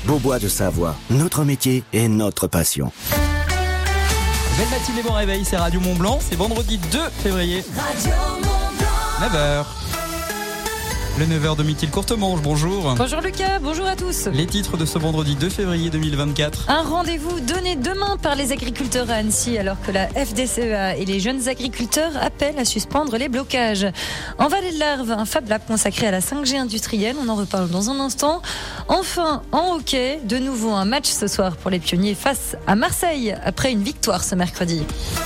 Beaubois de Savoie, notre métier et notre passion. Belle matinée, bon réveil, c'est Radio Mont-Blanc, c'est vendredi 2 février. Radio Mont-Blanc. 9h. Le 9h de Mithilde Courtemanche, bonjour. Bonjour Lucas, bonjour à tous. Les titres de ce vendredi 2 février 2024. Un rendez-vous donné demain par les agriculteurs à Annecy alors que la FDCEA et les jeunes agriculteurs appellent à suspendre les blocages. En Vallée de l'Arve, un Fab Lab consacré à la 5G industrielle, on en reparle dans un instant. Enfin, en hockey, de nouveau un match ce soir pour les pionniers face à Marseille après une victoire ce mercredi.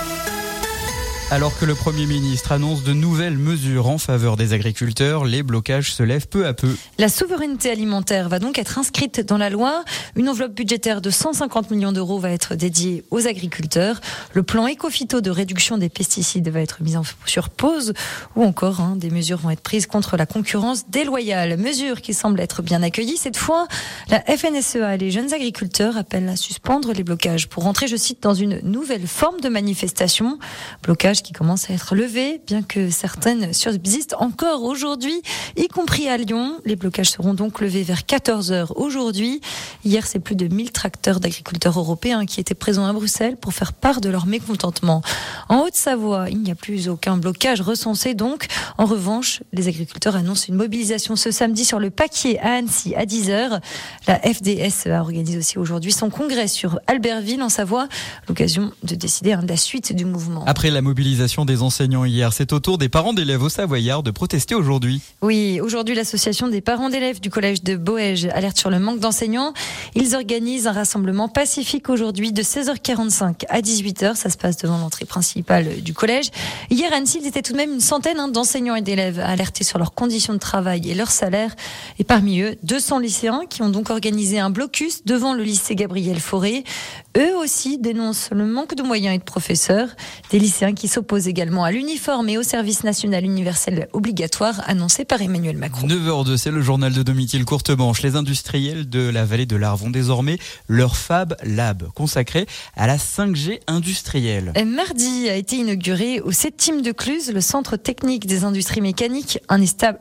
Alors que le Premier ministre annonce de nouvelles mesures en faveur des agriculteurs, les blocages se lèvent peu à peu. La souveraineté alimentaire va donc être inscrite dans la loi. Une enveloppe budgétaire de 150 millions d'euros va être dédiée aux agriculteurs. Le plan éco-phyto de réduction des pesticides va être mis sur pause. Ou encore, des mesures vont être prises contre la concurrence déloyale. Mesures qui semblent être bien accueillies. Cette fois, la FNSEA et les jeunes agriculteurs appellent à suspendre les blocages pour rentrer, je cite, dans une nouvelle forme de manifestation. Blocage qui commence à être levé, bien que certaines subsistent encore aujourd'hui, y compris à Lyon. Les blocages seront donc levés vers 14h aujourd'hui. Hier, c'est plus de 1000 tracteurs d'agriculteurs européens qui étaient présents à Bruxelles pour faire part de leur mécontentement. En Haute-Savoie, il n'y a plus aucun blocage recensé donc. En revanche, les agriculteurs annoncent une mobilisation ce samedi sur le Paquier à Annecy à 10h. La FDSEA organise aussi aujourd'hui son congrès sur Albertville en Savoie, l'occasion de décider de la suite du mouvement. Après la mobilisation des enseignants hier, c'est au tour des parents d'élèves au Savoyard de protester aujourd'hui. Oui, aujourd'hui l'association des parents d'élèves du collège de Boège alerte sur le manque d'enseignants. Ils organisent un rassemblement pacifique aujourd'hui de 16h45 à 18h. Ça se passe devant l'entrée principale du collège. Hier à Annecy, il était tout de même une centaine d'enseignants et d'élèves alertés sur leurs conditions de travail et leur salaire. Et parmi eux, 200 lycéens qui ont donc organisé un blocus devant le lycée Gabriel Fauré. Eux aussi dénoncent le manque de moyens et de professeurs. Des lycéens qui s'opposent également à l'uniforme et au service national universel obligatoire annoncé par Emmanuel Macron. 9h02, c'est le journal de Mithilde Courtemanche. Les industriels de la vallée de l'Arve ont désormais leur Fab Lab consacré à la 5G industrielle. Mardi a été inauguré au CETIM de Cluse, le centre technique des industries mécaniques, un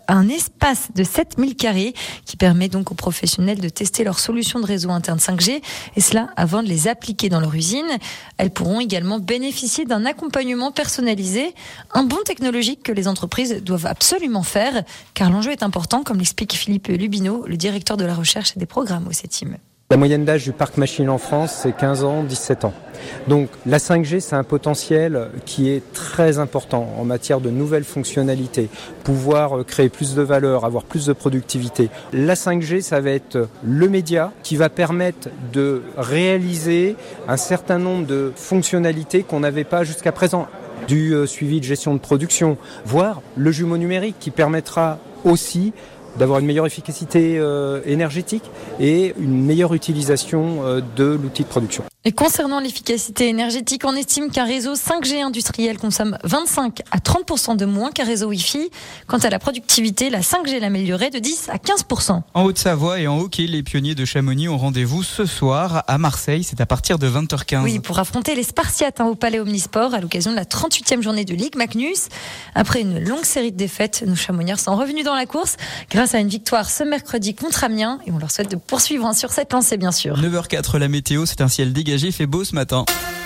espace de 7000 carrés qui permet donc aux professionnels de tester leurs solutions de réseau interne 5G et cela avant de les appliquer dans leur usine. Elles pourront également bénéficier d'un accompagnement personnalisé, un bond technologique que les entreprises doivent absolument faire, car l'enjeu est important, comme l'explique Philippe Lubineau, le directeur de la recherche et des programmes au CETIM. La moyenne d'âge du parc machine en France, c'est 15 ans, 17 ans. Donc la 5G, c'est un potentiel qui est très important en matière de nouvelles fonctionnalités, pouvoir créer plus de valeur, avoir plus de productivité. La 5G, ça va être le média qui va permettre de réaliser un certain nombre de fonctionnalités qu'on n'avait pas jusqu'à présent. Du suivi de gestion de production, voire le jumeau numérique qui permettra aussi d'avoir une meilleure efficacité énergétique et une meilleure utilisation de l'outil de production. Et concernant l'efficacité énergétique, on estime qu'un réseau 5G industriel consomme 25 à 30% de moins qu'un réseau Wi-Fi. Quant à la productivité, la 5G l'améliorerait de 10 à 15%. En Haute-Savoie et en hockey, les pionniers de Chamonix ont rendez-vous ce soir à Marseille. C'est à partir de 20h15. Oui, pour affronter les Spartiates au Palais Omnisport à l'occasion de la 38e journée de Ligue Magnus. Après une longue série de défaites, nos Chamonniers sont revenus dans la course grâce à une victoire ce mercredi contre Amiens. Et on leur souhaite de poursuivre sur cette lancée, bien sûr. 9h04, la météo, c'est un ciel dégagé. Il fait beau ce matin.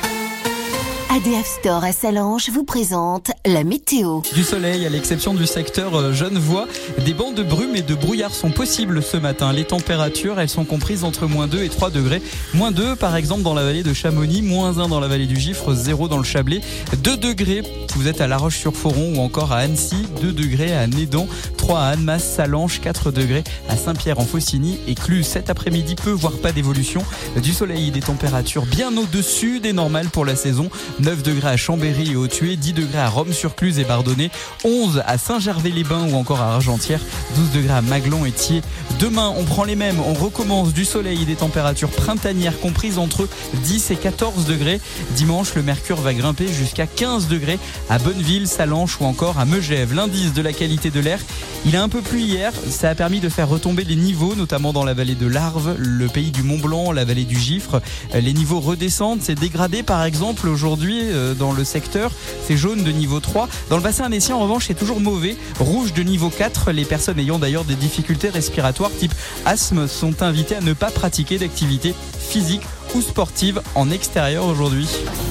ADF Store à Sallanches vous présente la météo. Du soleil à l'exception du secteur Genevois. Des bancs de brume et de brouillard sont possibles ce matin. Les températures, elles sont comprises entre -2 et 3 degrés. -2 par exemple dans la vallée de Chamonix, -1 dans la vallée du Gifre, 0 dans le Chablais. 2 degrés si vous êtes à La Roche-sur-Foron ou encore à Annecy. 2 degrés à Nédan, 3 à Annemasse, Sallanches, 4 degrés à Saint-Pierre-en-Faucigny et Cluse. Cet après-midi, peu voire pas d'évolution. Du soleil et des températures bien au-dessus des normales pour la saison. 9 degrés à Chambéry et Autué, 10 degrés à Rome-sur-Cluse et Bardonnay, 11 à Saint-Gervais-les-Bains ou encore à Argentière, 12 degrés à Maglon et Thiers. Demain, on prend les mêmes, on recommence du soleil et des températures printanières comprises entre 10 et 14 degrés. Dimanche, le mercure va grimper jusqu'à 15 degrés à Bonneville, Sallanches ou encore à Megève. L'indice de la qualité de l'air, il a un peu plu hier, ça a permis de faire retomber les niveaux, notamment dans la vallée de l'Arve, le pays du Mont-Blanc, la vallée du Gifre. Les niveaux redescendent, c'est dégradé par exemple aujourd'hui aujourd'hui dans le secteur. C'est jaune de niveau 3. Dans le bassin annécien, en revanche, c'est toujours mauvais. Rouge de niveau 4. Les personnes ayant d'ailleurs des difficultés respiratoires type asthme sont invitées à ne pas pratiquer d'activité physique ou sportive en extérieur aujourd'hui.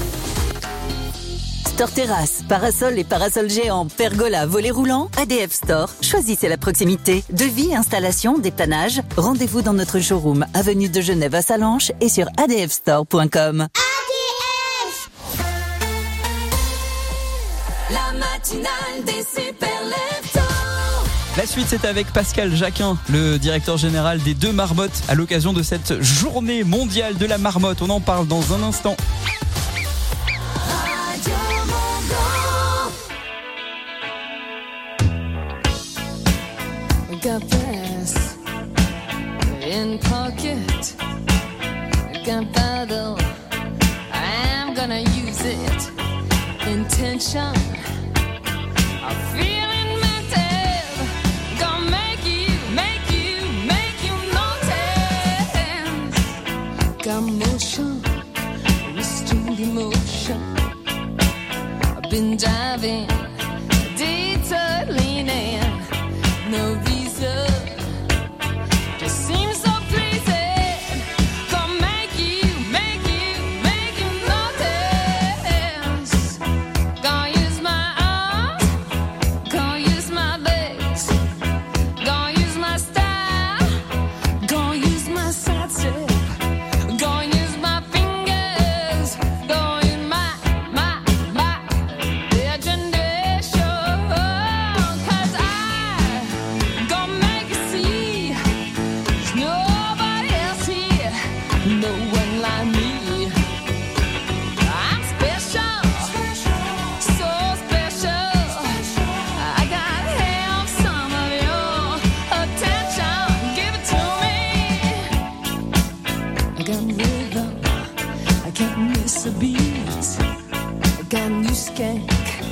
Store terrasse, parasol et parasol géant, pergola, volet roulant, ADF Store. Choisissez la proximité. Devis, installation, dépannage. Rendez-vous dans notre showroom, avenue de Genève à Sallanches et sur adfstore.com. ADF. La matinale des super leftos. La suite, c'est avec Pascal Jacquin, le directeur général des 2 Marmottes, à l'occasion de cette journée mondiale de la marmotte. On en parle dans un instant. Got this in pocket, got battle, I'm gonna use it, intention, I'm feeling mental, gonna make you notice, got motion, restrained emotion, I've been diving, detour leaning, no reason. Just seems so pleasing. Gonna make you notice. Gonna use my arms, gonna use my legs, gonna use my style, gonna use my side step, gonna use my fingers, gonna use my imagination. 'Cause I gonna make you see there's nobody else here, no one like me. I'm special, so special. I gotta have some of your attention. Give it to me. I got rhythm, I can't miss a beat. I got new skank,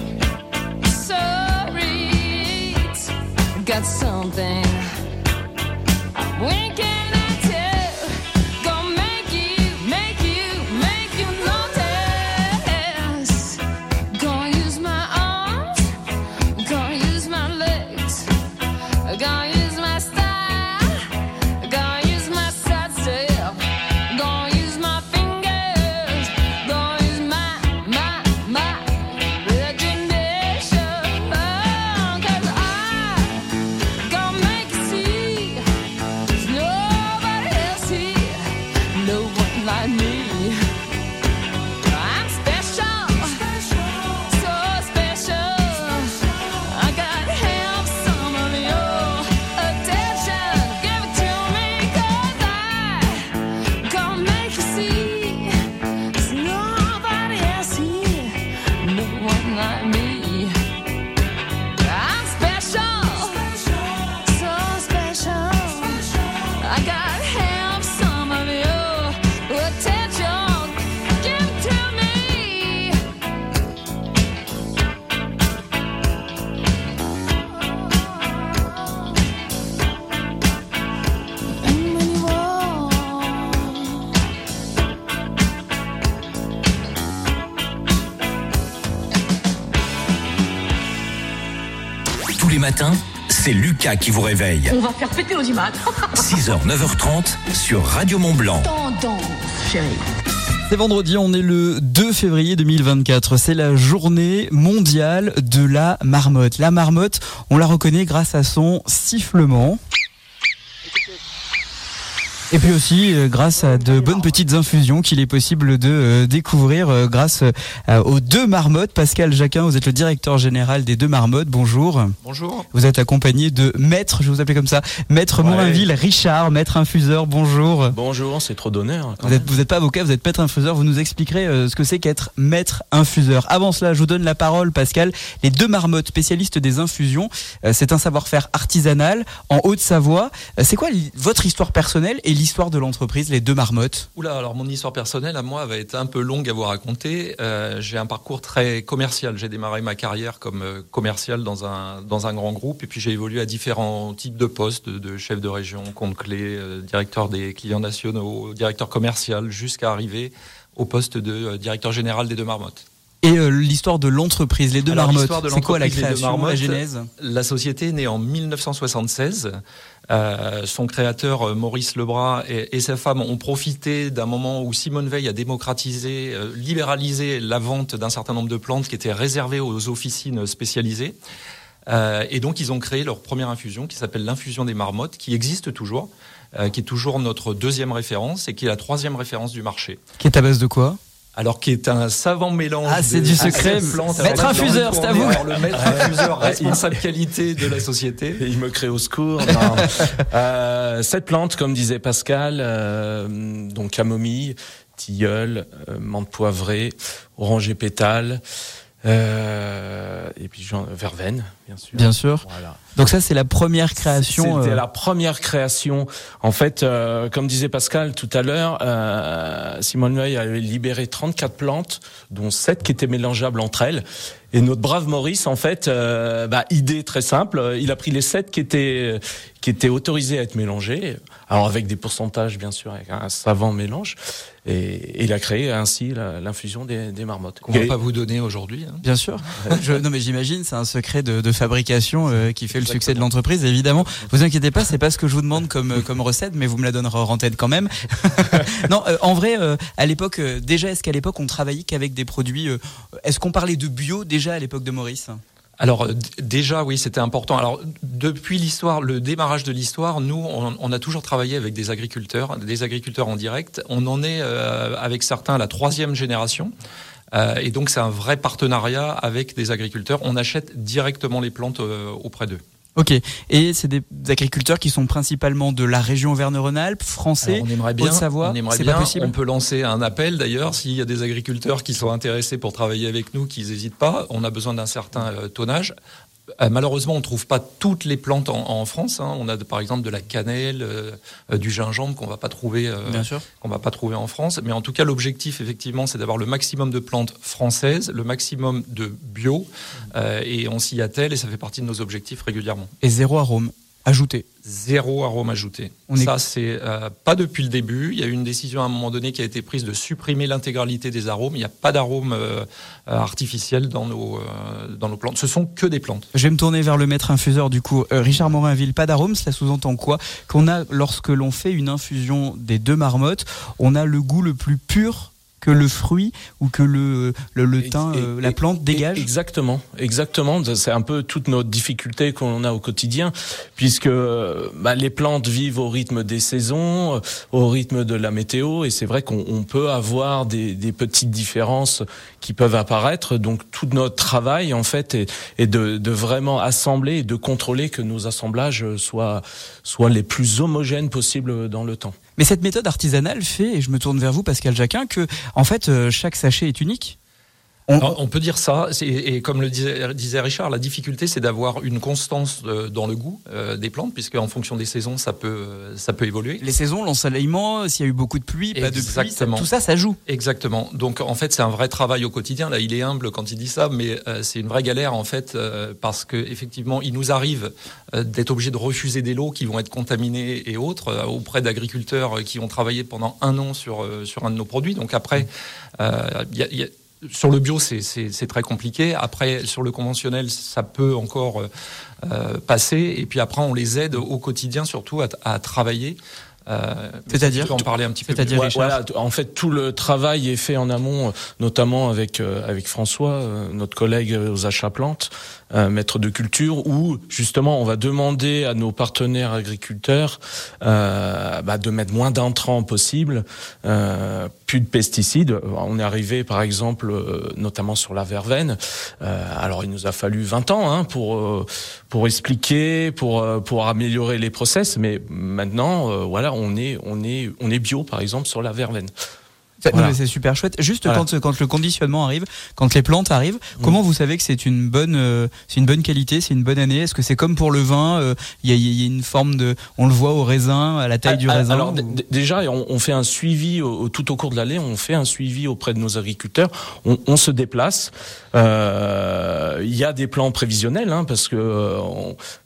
sorry. Got something I'm winking at you. Gonna make you notice. Gonna use my arms, gonna use my legs, gonna use my style, gonna use my side step, gonna use my fingers, gonna use my imagination. 'Cause I gonna make you see there's nobody else here, no one like me. I'm special, so special. I gotta have some of your attention. Give it to me, 'cause I gonna make you see there's nobody else here, no one like me. I'm special, so special. I gotta have some of your attention. Give it to me. And when you walk, Tous les matins, c'est Lucas qui vous réveille. On va faire péter l'audimat. 6h, 9h30 sur Radio Mont-Blanc. Tendance, chérie. C'est vendredi, on est le 2 février 2024. C'est la journée mondiale de la marmotte. La marmotte, on la reconnaît grâce à son sifflement. Et puis aussi grâce à de bonnes petites infusions qu'il est possible de découvrir grâce aux 2 Marmottes. Pascal Jacquin, vous êtes le directeur général des 2 Marmottes. Bonjour. Bonjour. Vous êtes accompagné de Maître, je vais vous appeler comme ça, Maître Morinville Richard, Maître infuseur. Bonjour. Bonjour, c'est trop d'honneur. Vous n'êtes pas avocat, vous êtes Maître infuseur. Vous nous expliquerez ce que c'est qu'être Maître infuseur. Avant cela, je vous donne la parole, Pascal. Les 2 Marmottes, spécialistes des infusions, c'est un savoir-faire artisanal en Haute-Savoie. C'est quoi votre histoire personnelle et l'histoire de l'entreprise, les 2 Marmottes? Oula, alors mon histoire personnelle à moi va être un peu longue à vous raconter. J'ai un parcours très commercial. J'ai démarré ma carrière comme commercial dans un grand groupe, et puis j'ai évolué à différents types de postes, de chef de région, compte clé, directeur des clients nationaux, directeur commercial, jusqu'à arriver au poste de directeur général des 2 Marmottes. Et l'histoire de l'entreprise, les deux Alors, marmottes, l'histoire de c'est quoi la l'entreprise, les deux création, la marmottes, genèse? La société est née en 1976. Son créateur Maurice Lebras et sa femme ont profité d'un moment où Simone Veil a démocratisé, libéralisé la vente d'un certain nombre de plantes qui étaient réservées aux officines spécialisées. Et donc ils ont créé leur première infusion qui s'appelle l'infusion des marmottes, qui existe toujours, qui est toujours notre deuxième référence et qui est la troisième référence du marché. Qui est à base de quoi? Alors, qui est un savant mélange. Ah, c'est du secret. Maître infuseur, c'est à vous. Le maître infuseur, responsable qualité de la société. Il me crée au secours. 7 plantes, comme disait Pascal, donc camomille, tilleul, menthe poivrée, oranger pétale, et puis verveine, bien sûr. Bien sûr. Voilà. Donc ça, c'est la première création. C'était la première création. En fait, comme disait Pascal tout à l'heure, Simone Veil avait libéré 34 plantes, dont 7 qui étaient mélangeables entre elles. Et notre brave Maurice, en fait, idée très simple, il a pris les 7 qui étaient autorisés à être mélangés, alors avec des pourcentages, bien sûr, avec un savant mélange, et il a créé ainsi l'infusion des marmottes. Qu'on va pas vous donner aujourd'hui. Hein. Bien sûr. Non, mais j'imagine, c'est un secret de fabrication qui fait le succès de l'entreprise, évidemment. Vous inquiétez pas, c'est pas ce que je vous demande comme recette, mais vous me la donnerez en tête quand même. Non, en vrai, à l'époque, est-ce qu'à l'époque on travaillait qu'avec des produits, est-ce qu'on parlait de bio déjà à l'époque de Maurice? Alors déjà oui, c'était important. Alors depuis le démarrage de l'histoire, nous on a toujours travaillé avec des agriculteurs en direct. On en est avec certains à la 3e génération. Et donc c'est un vrai partenariat avec des agriculteurs. On achète directement les plantes auprès d'eux. Ok, et c'est des agriculteurs qui sont principalement de la région Auvergne-Rhône-Alpes, français, Haute-Savoie, c'est pas possible. On peut lancer un appel d'ailleurs, s'il y a des agriculteurs qui sont intéressés pour travailler avec nous, qu'ils n'hésitent pas, on a besoin d'un certain tonnage. Malheureusement, on ne trouve pas toutes les plantes en France. Hein. On a par exemple de la cannelle, du gingembre qu'on va pas trouver, en France. Mais en tout cas, l'objectif, effectivement, c'est d'avoir le maximum de plantes françaises, le maximum de bio, et on s'y attelle et ça fait partie de nos objectifs régulièrement. Et zéro arôme ajouté. Zéro arôme ajouté. Ça, c'est pas depuis le début. Il y a eu une décision à un moment donné qui a été prise de supprimer l'intégralité des arômes. Il n'y a pas d'arôme artificiel dans nos plantes. Ce sont que des plantes. Je vais me tourner vers le maître infuseur du coup. Richard Morinville, pas d'arôme, cela sous-entend quoi? Lorsque l'on fait une infusion des deux marmottes, on a le goût le plus pur que le fruit ou que le thym, la plante dégage? Exactement. C'est un peu toute notre difficulté qu'on a au quotidien, puisque les plantes vivent au rythme des saisons, au rythme de la météo, et c'est vrai qu'on peut avoir des petites différences qui peuvent apparaître. Donc tout notre travail en fait est de vraiment assembler et de contrôler que nos assemblages soient les plus homogènes possibles dans le temps. Mais cette méthode artisanale fait, et je me tourne vers vous Pascal Jacquin, que en fait chaque sachet est unique. On peut dire ça, et comme le disait Richard, la difficulté c'est d'avoir une constance dans le goût des plantes, puisque en fonction des saisons ça peut évoluer. Les saisons, l'ensoleillement, s'il y a eu beaucoup de pluie, pas de pluie, tout ça joue. Exactement. Donc en fait c'est un vrai travail au quotidien. Là il est humble quand il dit ça, mais c'est une vraie galère en fait, parce que effectivement il nous arrive d'être obligé de refuser des lots qui vont être contaminés et autres auprès d'agriculteurs qui ont travaillé pendant 1 an sur un de nos produits. Donc après sur le bio, c'est très compliqué. Après, sur le conventionnel, ça peut encore passer. Et puis après, on les aide au quotidien, surtout à travailler. C'est-à-dire, tu peux en parler un petit peu. C'est-à-dire, voilà, en fait, tout le travail est fait en amont, notamment avec François, notre collègue aux achats plantes, maître de culture, où justement on va demander à nos partenaires agriculteurs de mettre moins d'intrants possible, plus de pesticides. On est arrivé par exemple notamment sur la verveine. Alors il nous a fallu 20 ans pour expliquer, pour améliorer les process, mais maintenant on est bio par exemple sur la verveine. Voilà. Non, mais c'est super chouette. Juste quand le conditionnement arrive, quand les plantes arrivent, comment vous savez que c'est une bonne qualité, c'est une bonne année? Est-ce que c'est comme pour le vin, il y a une forme on le voit au raisin, à la taille du raisin? Alors déjà, on fait un suivi tout au cours de l'année. On fait un suivi auprès de nos agriculteurs. On se déplace. Il y a des plans prévisionnels, parce que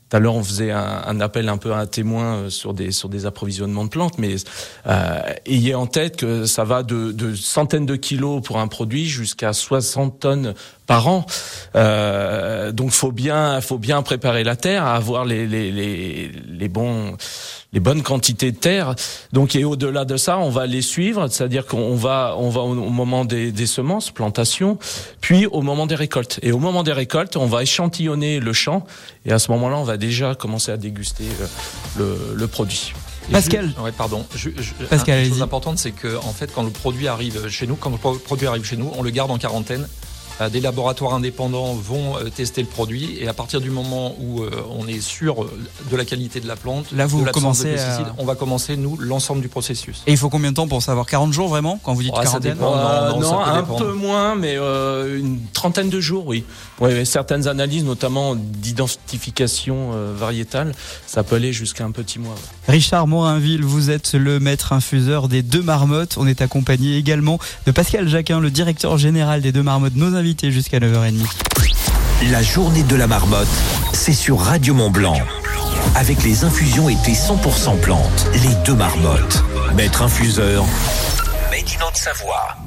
Tout à l'heure, on faisait un appel un peu à un témoin sur des approvisionnements de plantes, mais ayez en tête que ça va de centaines de kilos pour un produit jusqu'à 60 tonnes par an. Donc faut bien préparer la terre, à avoir les bonnes quantités de terre. Donc et au-delà de ça, on va les suivre, c'est-à-dire qu'on va au moment des semences, plantation, puis au moment des récoltes. Et au moment des récoltes, on va échantillonner le champ et à ce moment-là, on va déjà commencer à déguster le produit. Pascal. Ouais, pardon. Pascal, une chose importante, c'est que en fait, quand le produit arrive chez nous, on le garde en quarantaine. Des laboratoires indépendants vont tester le produit et à partir du moment où on est sûr de la qualité de la plante, là vous de l'absence de commencez pesticides, on va commencer nous l'ensemble du processus. Et il faut combien de temps pour savoir? 40 jours vraiment quand vous dites quarantaine? Non, un peu moins, mais une trentaine de jours, oui. Ouais, certaines analyses, notamment d'identification variétale, ça peut aller jusqu'à un petit mois. Ouais. Richard Morinville, vous êtes le maître infuseur des Deux Marmottes. On est accompagné également de Pascal Jacquin, le directeur général des Deux Marmottes, nos invités jusqu'à 9h30. La journée de la marmotte, c'est sur Radio Mont-Blanc. Avec les infusions été 100% plantes, les Deux Marmottes. Maître infuseur, Made in Haute-Savoie.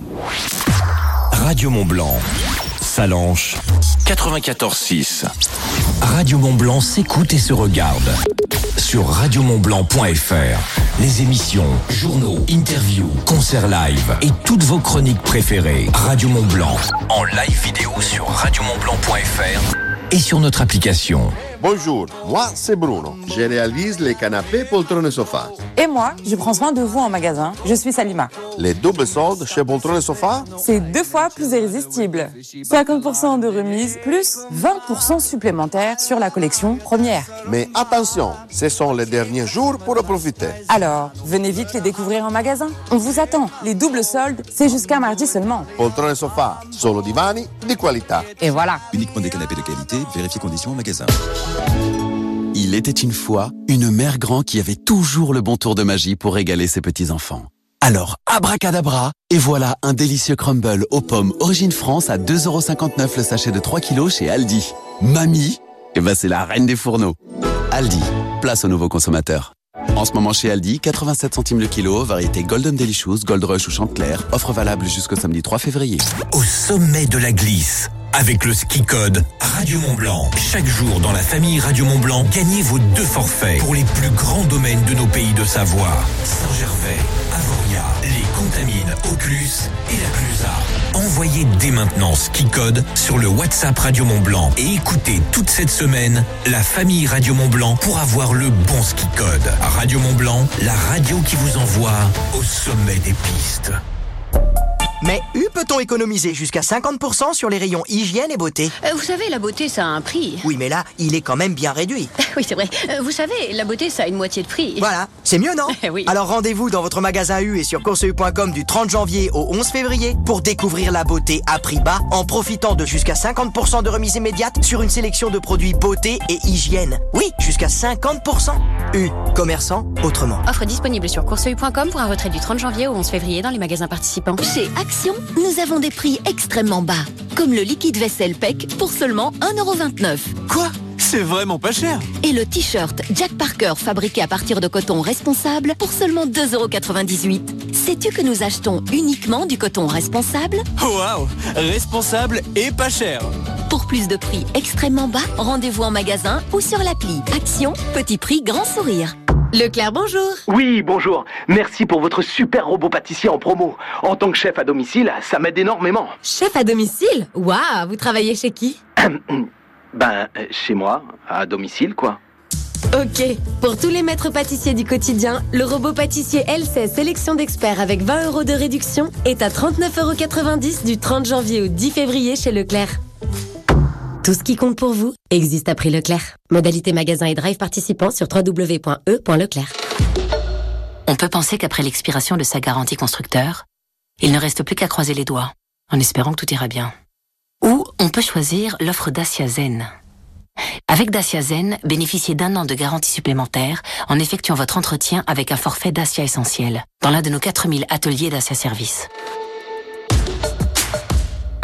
Radio Mont-Blanc, Salanches, 94.6. Radio Mont-Blanc s'écoute et se regarde. Sur radiomontblanc.fr. Les émissions, journaux, interviews, concerts live et toutes vos chroniques préférées. Radio Mont-Blanc, en live vidéo sur radiomontblanc.fr et sur notre application. Bonjour, moi c'est Bruno. Je réalise les canapés, poltrons et sofas. Et moi, je prends soin de vous en magasin. Je suis Salima. Les doubles soldes chez Poltrons et Sofas, c'est 2 fois plus irrésistible. 50% de remise plus 20% supplémentaires sur la collection première. Mais attention, ce sont les derniers jours pour en profiter. Alors, venez vite les découvrir en magasin. On vous attend. Les doubles soldes, c'est jusqu'à mardi seulement. Poltrons et Sofas, solo divani di qualità. Et voilà. Uniquement des canapés de qualité, vérifiez conditions en magasin. Il était une fois une mère grand qui avait toujours le bon tour de magie pour régaler ses petits-enfants. Alors, abracadabra, et voilà un délicieux crumble aux pommes Origine France à 2,59€ le sachet de 3 kilos chez Aldi. Mamie, c'est la reine des fourneaux. Aldi, place aux nouveaux consommateurs. En ce moment chez Aldi, 87 centimes le kilo, variété Golden Delicious, Gold Rush ou Chantecler, offre valable jusqu'au samedi 3 février. Au sommet de la glisse, avec le ski code Radio Mont-Blanc. Chaque jour dans la famille Radio Mont-Blanc, gagnez vos 2 forfaits pour les plus grands domaines de nos pays de Savoie. Saint-Gervais, Avoria, les Contamines, Auclus et la Clusa. Envoyez dès maintenant ski code sur le WhatsApp Radio Mont-Blanc et écoutez toute cette semaine la famille Radio Mont-Blanc pour avoir le bon ski code. Radio Mont-Blanc, la radio qui vous envoie au sommet des pistes. Mais peut-on économiser jusqu'à 50% sur les rayons hygiène et beauté? Vous savez, la beauté, ça a un prix. Oui, mais là, il est quand même bien réduit. Oui, c'est vrai. Vous savez, la beauté, ça a une moitié de prix. Voilà, c'est mieux, non? Oui. Alors rendez-vous dans votre magasin U et sur courseu.com du 30 janvier au 11 février pour découvrir la beauté à prix bas en profitant de jusqu'à 50% de remise immédiate sur une sélection de produits beauté et hygiène. Oui, jusqu'à 50%. U, commerçant autrement. Offre disponible sur courseu.com pour un retrait du 30 janvier au 11 février dans les magasins participants. Chez Action, nous avons des prix extrêmement bas, comme le liquide vaisselle PEC pour seulement 1,29€. Quoi? C'est vraiment pas cher. Et le t-shirt Jack Parker fabriqué à partir de coton responsable pour seulement 2,98€. Sais-tu que nous achetons uniquement du coton responsable? Waouh, responsable et pas cher. Pour plus de prix extrêmement bas, rendez-vous en magasin ou sur l'appli. Action, petit prix, grand sourire. Leclerc, bonjour. Oui, bonjour. Merci pour votre super robot pâtissier en promo. En tant que chef à domicile, ça m'aide énormément. Chef à domicile? Waouh, vous travaillez chez qui? Chez moi, à domicile, quoi. Ok, pour tous les maîtres pâtissiers du quotidien, le robot pâtissier L16 sélection d'experts avec 20€ de réduction est à 39,90€ du 30 janvier au 10 février chez Leclerc. Tout ce qui compte pour vous existe à prix Leclerc. Modalité magasin et drive participants sur www.e.leclerc. On peut penser qu'après l'expiration de sa garantie constructeur, il ne reste plus qu'à croiser les doigts, en espérant que tout ira bien. Ou on peut choisir l'offre Dacia Zen. Avec Dacia Zen, bénéficiez d'1 an de garantie supplémentaire en effectuant votre entretien avec un forfait Dacia Essentiel dans l'un de nos 4000 ateliers Dacia Service.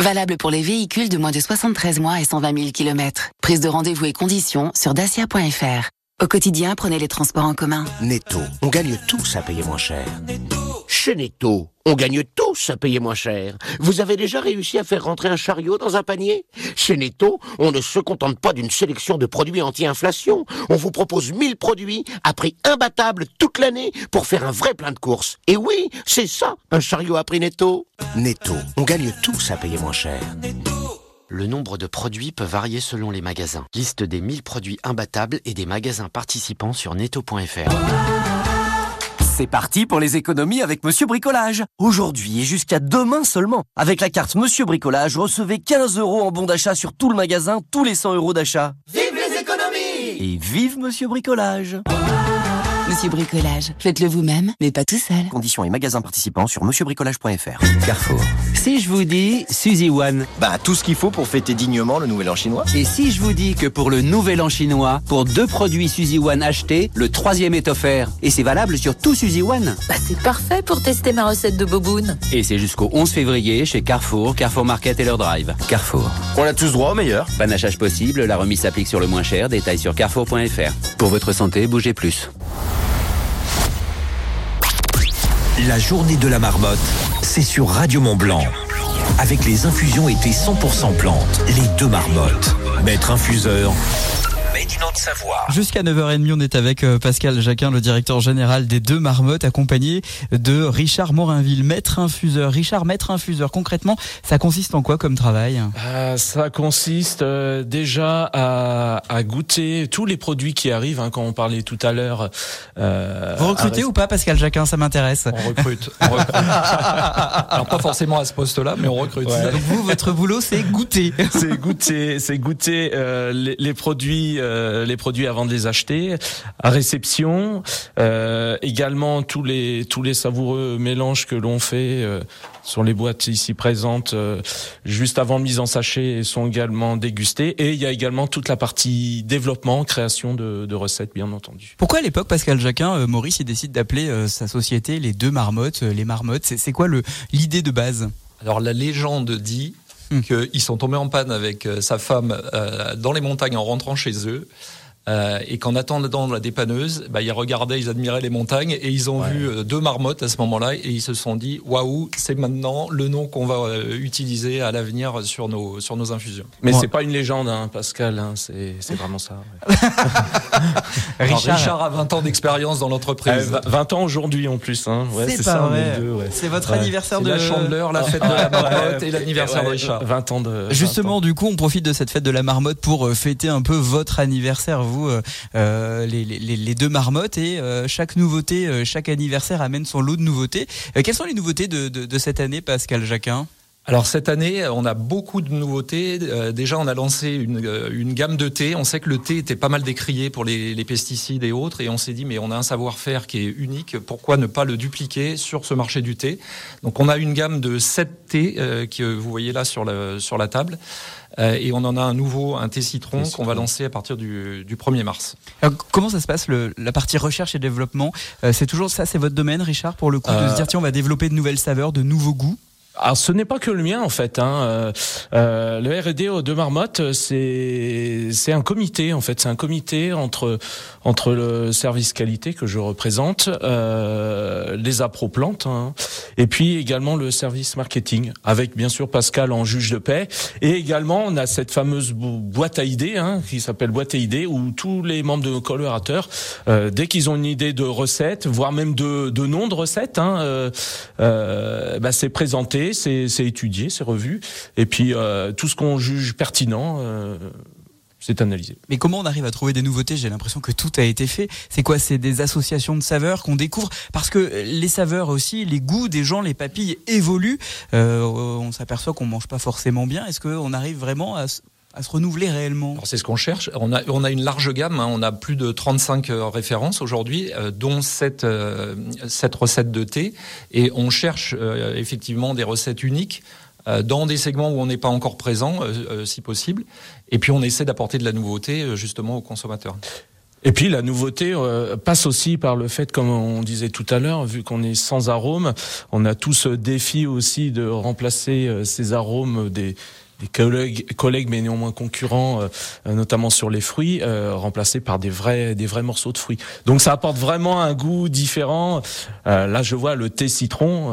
Valable pour les véhicules de moins de 73 mois et 120 000 km. Prise de rendez-vous et conditions sur dacia.fr. Au quotidien, prenez les transports en commun. Netto, on gagne tous à payer moins cher. Chez Netto, on gagne tous à payer moins cher. Vous avez déjà réussi à faire rentrer un chariot dans un panier ? Chez Netto, on ne se contente pas d'une sélection de produits anti-inflation. On vous propose 1000 produits à prix imbattable toute l'année pour faire un vrai plein de courses. Et oui, c'est ça, un chariot à prix Netto. Netto, on gagne tous à payer moins cher. Le nombre de produits peut varier selon les magasins. Liste des 1000 produits imbattables et des magasins participants sur netto.fr. C'est parti pour les économies avec Monsieur Bricolage. Aujourd'hui et jusqu'à demain seulement. Avec la carte Monsieur Bricolage, recevez 15 € en bon d'achat sur tout le magasin, tous les 100 € d'achat. Vive les économies! Et vive Monsieur Bricolage! Monsieur Bricolage, faites-le vous-même, mais pas tout seul. Conditions et magasins participants sur monsieurbricolage.fr. Carrefour. Si je vous dis Suzy One, tout ce qu'il faut pour fêter dignement le Nouvel An chinois. Et si je vous dis que pour le Nouvel An chinois, pour 2 produits Suzy One achetés, le 3e est offert. Et c'est valable sur tout Suzy One. C'est parfait pour tester ma recette de boboon. Et c'est jusqu'au 11 février chez Carrefour, Carrefour Market et leur drive. Carrefour. On a tous droit au meilleur. Panachage possible, la remise s'applique sur le moins cher, détail sur carrefour.fr. Pour votre santé, bougez plus. La journée de la marmotte, c'est sur Radio Mont-Blanc. Avec les infusions été 100% plantes, les 2 marmottes. Maître infuseur, Made in Haute-Savoie. Jusqu'à 9h30, on est avec Pascal Jacquin, le directeur général des 2 marmottes, accompagné de Richard Morinville, maître infuseur. Richard, maître infuseur, concrètement, ça consiste en quoi comme travail ? Ça consiste déjà à goûter tous les produits qui arrivent, quand on parlait tout à l'heure. Vous recrutez ou pas, Pascal Jacquin ? Ça m'intéresse. On recrute. Alors pas forcément à ce poste-là, mais on recrute. Ouais. Donc vous, votre boulot, c'est goûter. C'est goûter les produits avant de les acheter, à réception, également tous les savoureux mélanges que l'on fait sur les boîtes ici présentes juste avant mise en sachet sont également dégustés, et il y a également toute la partie développement, création de recettes, bien entendu. Pourquoi à l'époque, Pascal Jacquin, Maurice il décide d'appeler sa société les 2 marmottes, les marmottes, c'est quoi l'idée de base ? Alors la légende dit qu'ils sont tombés en panne avec sa femme dans les montagnes en rentrant chez eux. Et qu'en attendant la dépanneuse, ils regardaient, ils admiraient les montagnes, et ils ont vu 2 marmottes à ce moment-là, et ils se sont dit waouh, c'est maintenant le nom qu'on va utiliser à l'avenir sur nos infusions. Mais c'est pas une légende, Pascal, c'est vraiment ça. Ouais. Richard a 20 ans d'expérience dans l'entreprise. 20 ans aujourd'hui en plus. C'est pas vrai. C'est votre anniversaire de la Chandeleur, la fête de la marmotte et l'anniversaire de Richard. 20 ans de. Justement, du coup, on profite de cette fête de la marmotte pour fêter un peu votre anniversaire. Les 2 marmottes, et chaque nouveauté, chaque anniversaire amène son lot de nouveautés. Quelles sont les nouveautés de cette année, Pascal Jacquin ? Alors cette année, on a beaucoup de nouveautés. Déjà, on a lancé une gamme de thé. On sait que le thé était pas mal décrié pour les pesticides et autres, et on s'est dit mais on a un savoir-faire qui est unique. Pourquoi ne pas le dupliquer sur ce marché du thé ? Donc on a une gamme de 7 thés que vous voyez là sur la table. Et on en a un nouveau, un thé citron qu'on va lancer à partir du 1er mars. Alors, comment ça se passe, la partie recherche et développement ? C'est toujours ça, c'est votre domaine, Richard, pour le coup, de se dire tiens, on va développer de nouvelles saveurs, de nouveaux goûts ? Alors ce n'est pas que le mien en fait. Le R&D aux 2 marmottes, c'est un comité en fait. C'est un comité entre le service qualité que je représente, les approplantes, et puis également le service marketing, avec bien sûr Pascal en juge de paix. Et également on a cette fameuse boîte à idées qui s'appelle boîte à idées, où tous les membres de nos collaborateurs, dès qu'ils ont une idée de recette, voire même de nom de recette, c'est présenté. C'est étudié, c'est revu, et puis tout ce qu'on juge pertinent, c'est analysé. Mais comment on arrive à trouver des nouveautés ? J'ai l'impression que tout a été fait. C'est quoi ? C'est des associations de saveurs qu'on découvre, parce que les saveurs aussi, les goûts des gens, les papilles évoluent. On s'aperçoit qu'on mange pas forcément bien. Est-ce qu'on arrive vraiment à se renouveler réellement ? Alors c'est ce qu'on cherche. On a une large gamme. On a plus de 35 références aujourd'hui, dont 7 recettes de thé. Et on cherche effectivement des recettes uniques dans des segments où on n'est pas encore présent, si possible. Et puis on essaie d'apporter de la nouveauté justement aux consommateurs. Et puis la nouveauté passe aussi par le fait, comme on disait tout à l'heure, vu qu'on est sans arômes, on a tout ce défi aussi de remplacer ces arômes des collègues mais néanmoins concurrents, notamment sur les fruits, remplacés par des vrais morceaux de fruits. Donc ça apporte vraiment un goût différent. Là je vois le thé citron,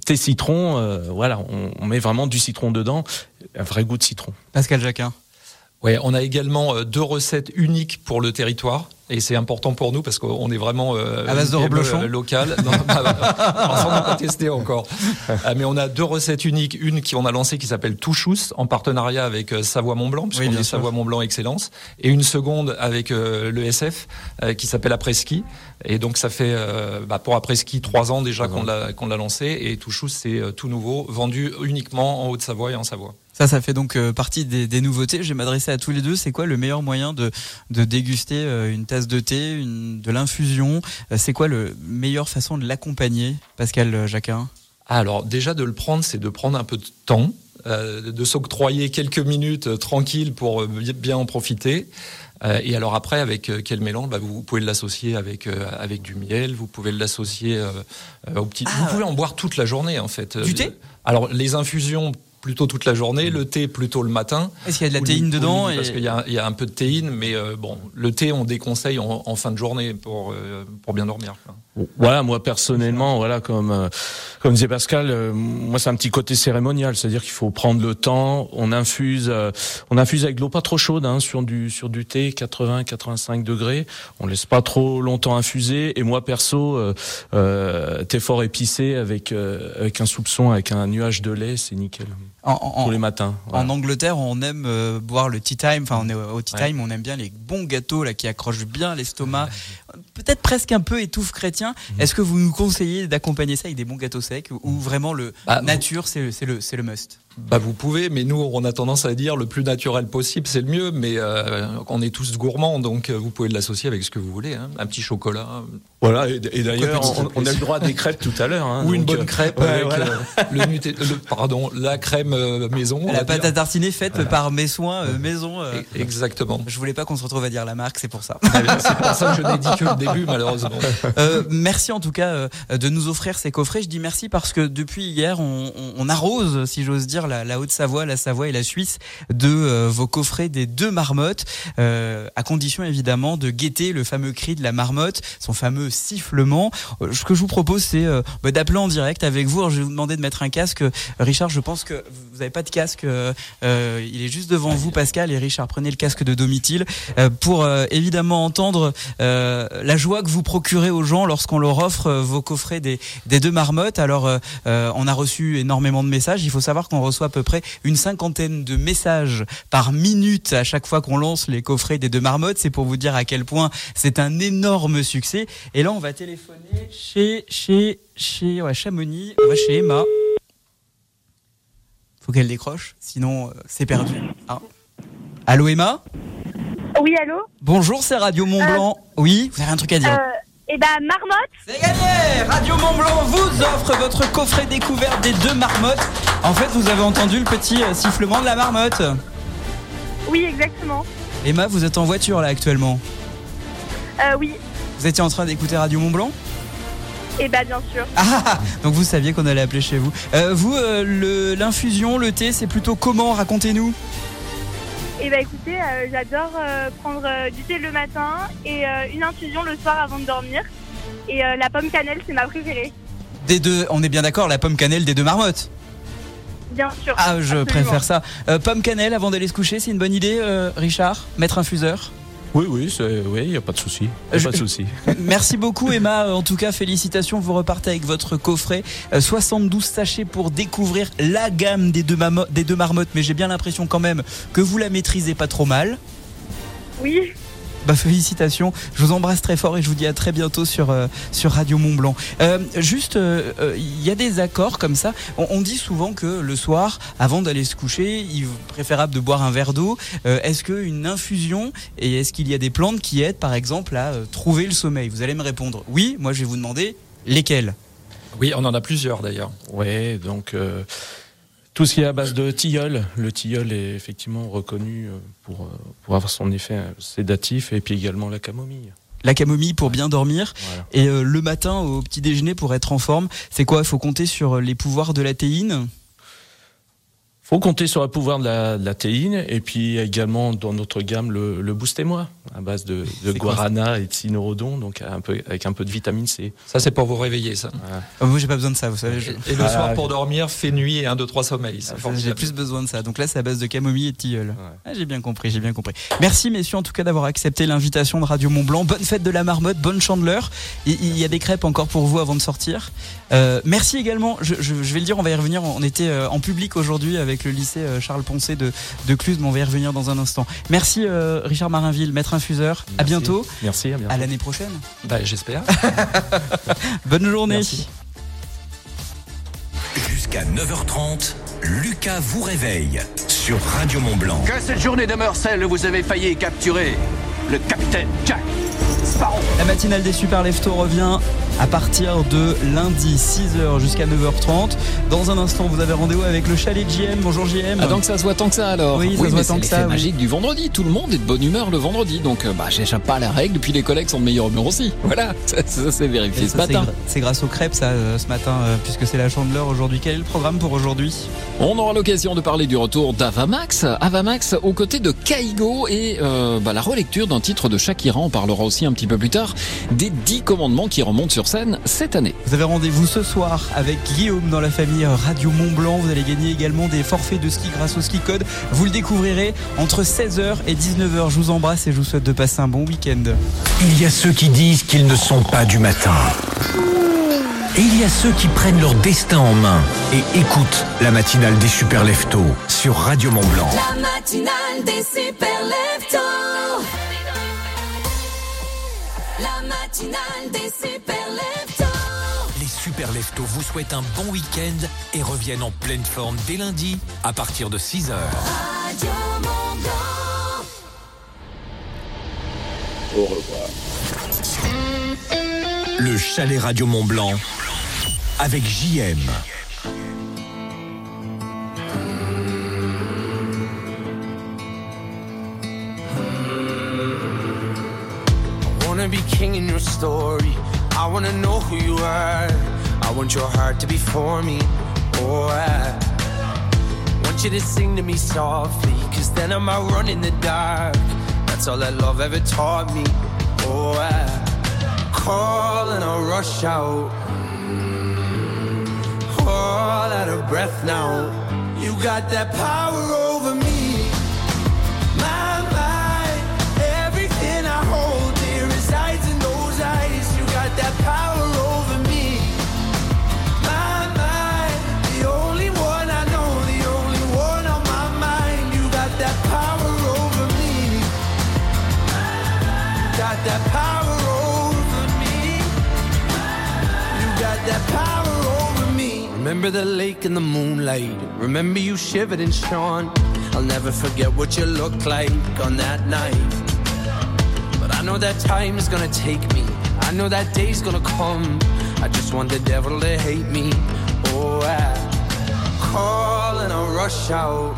voilà, on met vraiment du citron dedans, un vrai goût de citron. Pascal Jacquin. Ouais, on a également 2 recettes uniques pour le territoire. Et c'est important pour nous parce qu'on est vraiment à base de reblochon local. Non, on n'a pas testé encore. Mais on a 2 recettes uniques. Une qu'on a lancée qui s'appelle Touchous en partenariat avec Savoie Mont Blanc, puisqu'on dit Savoie Mont Blanc Excellence. Et une seconde avec le SF qui s'appelle Après-Ski. Et donc ça fait pour Après-Ski 3 ans déjà qu'on l'a lancé. Et Touchous c'est tout nouveau, vendu uniquement en Haute-Savoie et en Savoie. Ça fait donc partie des nouveautés. Je vais m'adresser à tous les deux. C'est quoi le meilleur moyen de déguster une tasse de thé, de l'infusion? C'est quoi la meilleure façon de l'accompagner, Pascal Jacquin? Alors déjà de le prendre, c'est de prendre un peu de temps, de s'octroyer quelques minutes tranquilles pour bien en profiter. Et alors après, avec quel mélange? Vous pouvez l'associer avec du miel, vous pouvez l'associer au petit... Vous pouvez en boire toute la journée en fait. Du thé? Alors les infusions plutôt toute la journée, le thé plutôt le matin. Est-ce qu'il y a de la théine dedans? Parce qu'il y a un peu de théine, mais le thé on déconseille en fin de journée pour bien dormir. Voilà, moi personnellement, voilà, comme disait Pascal, moi c'est un petit côté cérémonial, c'est-à-dire qu'il faut prendre le temps, on infuse avec de l'eau pas trop chaude, sur du thé 80-85 degrés, on laisse pas trop longtemps infuser. Et moi perso, thé fort épicé avec un soupçon, avec un nuage de lait, c'est nickel. Tous les matins. Voilà. En Angleterre, on aime boire le tea time. Enfin, on est au tea time, on aime bien les bons gâteaux là qui accrochent bien l'estomac. Peut-être presque un peu étouffe chrétien. Est-ce que vous nous conseillez d'accompagner ça avec des bons gâteaux secs ou vraiment le nature, c'est le must? Vous pouvez, mais nous on a tendance à dire le plus naturel possible, c'est le mieux. Mais on est tous gourmands, donc vous pouvez l'associer avec ce que vous voulez. Un petit chocolat. Voilà. Et d'ailleurs, on a le droit à des crêpes tout à l'heure. Ou une bonne crêpe avec la crème maison. La pâte à tartiner faite par mes soins maison. Exactement. Je voulais pas qu'on se retrouve à dire la marque, c'est pour ça. C'est pour ça que je n'ai dit que le début, malheureusement. Merci en tout cas de nous offrir ces coffrets. Je dis merci parce que depuis hier, on arrose, si j'ose dire, la Haute-Savoie, la Savoie et la Suisse de vos coffrets des 2 marmottes, à condition évidemment de guetter le fameux cri de la marmotte, son fameux sifflement. Ce que je vous propose, c'est d'appeler en direct avec vous. Alors, je vais vous demander de mettre un casque. Richard, je pense que vous n'avez pas de casque. Il est juste devant vous, Pascal. Et Richard, prenez le casque de Domitil pour évidemment entendre la joie que vous procurez aux gens lorsqu'on leur offre vos coffrets des 2 marmottes. Alors, on a reçu énormément de messages. Il faut savoir qu'on reçoit à peu près une 50aine de messages par minute à chaque fois qu'on lance les coffrets des 2 marmottes. C'est pour vous dire à quel point c'est un énorme succès. Et là, on va téléphoner chez Chamonix. On va chez Emma. Faut qu'elle décroche, sinon c'est perdu. Allô Emma? Oui, allô? Bonjour, c'est Radio Mont Blanc. Oui, vous avez un truc à dire? Marmotte. C'est gagné! Radio Mont Blanc vous offre votre coffret découverte des 2 marmottes. En fait, vous avez entendu le petit sifflement de la marmotte? Oui, exactement. Emma, vous êtes en voiture là actuellement? Oui. Vous étiez en train d'écouter Radio Mont Blanc? Bien sûr. Donc vous saviez qu'on allait appeler chez vous. Vous, l'infusion, le thé, c'est plutôt comment? Racontez-nous. Écoutez, j'adore prendre du thé le matin et une infusion le soir avant de dormir. Et la pomme cannelle, c'est ma préférée. Des 2, on est bien d'accord, la pomme cannelle des 2 marmottes? Bien sûr. Je absolument. préfère ça. Pomme cannelle avant d'aller se coucher, c'est une bonne idée, Richard? Mettre infuseur? Oui, il n'y a pas de souci. Merci beaucoup Emma, en tout cas félicitations, vous repartez avec votre coffret 72 sachets pour découvrir la gamme des 2 marmottes, mais j'ai bien l'impression quand même que vous la maîtrisez pas trop mal. Oui. Félicitations, je vous embrasse très fort et je vous dis à très bientôt sur Radio Mont Blanc. Il y a des accords comme ça. On dit souvent que le soir, avant d'aller se coucher, il est préférable de boire un verre d'eau. Est-ce qu'une infusion et est-ce qu'il y a des plantes qui aident par exemple à trouver le sommeil? Vous allez me répondre oui, moi je vais vous demander lesquelles. Oui, on en a plusieurs d'ailleurs. Ouais, donc Tout ce qui est à base de tilleul. Le tilleul est effectivement reconnu pour avoir son effet sédatif, et puis également la camomille. La camomille pour bien dormir. Voilà. Et le matin au petit déjeuner pour être en forme, c'est quoi? Il faut compter sur les pouvoirs de la théine? Faut compter sur le pouvoir de la théine, et puis également dans notre gamme le Boost et moi, à base de guarana et de cynorhodon, donc avec un peu de vitamine C. Ça, c'est pour vous réveiller, ça. Ouais. Moi, j'ai pas besoin de ça, vous savez. Et le soir, pour dormir, fait nuit et 1, 2, 3 sommeil. J'ai plus besoin de ça. Donc là, c'est à base de camomille et de tilleul. Ouais. J'ai bien compris. Merci, messieurs, en tout cas, d'avoir accepté l'invitation de Radio Mont-Blanc. Bonne fête de la marmotte, bonne Chandeleur. Il y a des crêpes encore pour vous avant de sortir. Merci également. Je vais le dire, on va y revenir. On était en public aujourd'hui avec le lycée Charles Poncet de Cluse, mais on va y revenir dans un instant. Merci Richard Marinville, maître infuseur. Merci. À bientôt. Merci, à bientôt. À l'année prochaine. J'espère. Bonne journée. Merci. Jusqu'à 9h30, Lucas vous réveille sur Radio Mont-Blanc. Que cette journée demeure celle où vous avez failli capturer le capitaine Jack Sparrow. La matinale des Super Leftos revient à partir de lundi 6h jusqu'à 9h30. Dans un instant, vous avez rendez-vous avec le chalet de JM. Bonjour JM. Ah, donc ça se voit tant que ça alors. Oui, ça se voit tant que ça. C'est magique du vendredi. Tout le monde est de bonne humeur le vendredi. Donc j'échappe pas à la règle. Puis les collègues sont de meilleure humeur aussi. Voilà, ça c'est vérifié ce matin. C'est grâce aux crêpes ça ce matin, puisque c'est la Chandeleur aujourd'hui. Quel est le programme pour aujourd'hui? On aura l'occasion de parler du retour d'Avamax. Avamax aux côtés de Kaigo et la relecture d'un titre de Shakira. On parlera aussi un petit peu plus tard des 10 commandements qui remontent sur scène cette année. Vous avez rendez-vous ce soir avec Guillaume dans la famille Radio Mont-Blanc. Vous allez gagner également des forfaits de ski grâce au Ski Code. Vous le découvrirez entre 16h et 19h. Je vous embrasse et je vous souhaite de passer un bon week-end. Il y a ceux qui disent qu'ils ne sont pas du matin. Et il y a ceux qui prennent leur destin en main et écoutent la matinale des Super Leftos sur Radio Mont-Blanc. La matinale des Super Leftos. La matinale des Super Leftos. Les Super Leftos vous souhaitent un bon week-end et reviennent en pleine forme dès lundi à partir de 6h. Radio Mont-Blanc. Au revoir. Le chalet Radio Mont-Blanc avec JM. I wanna be king in your story. I wanna know who you are. I want your heart to be for me. Oh, I want you to sing to me softly, 'cause then I might run in the dark. That's all that love ever taught me. Oh, I call and I'll rush out. All out of breath now. You got that power over me. My mind, everything I hold dear resides in those eyes. You got that power over me. My mind, the only one I know, the only one on my mind. You got that power over me. Got that power over me. You got that power over me. Remember the lake in the moonlight. Remember you shivered and shone. I'll never forget what you looked like on that night. But I know that time is gonna take me. I know that day's gonna come. I just want the devil to hate me. Oh, I call and I'll rush out.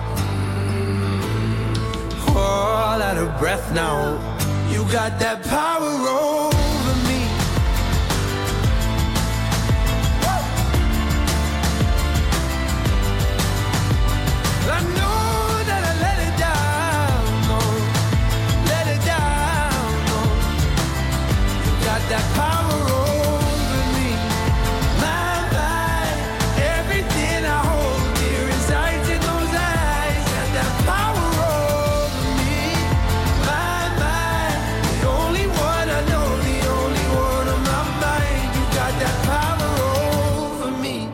All out of breath now. You got that power over me. I know that I let it down, no. Let it down, no. You got that power over me. My mind, everything I hold dear resides in those eyes. Got that power over me. My mind, the only one I know, the only one on my mind. You got that power over me.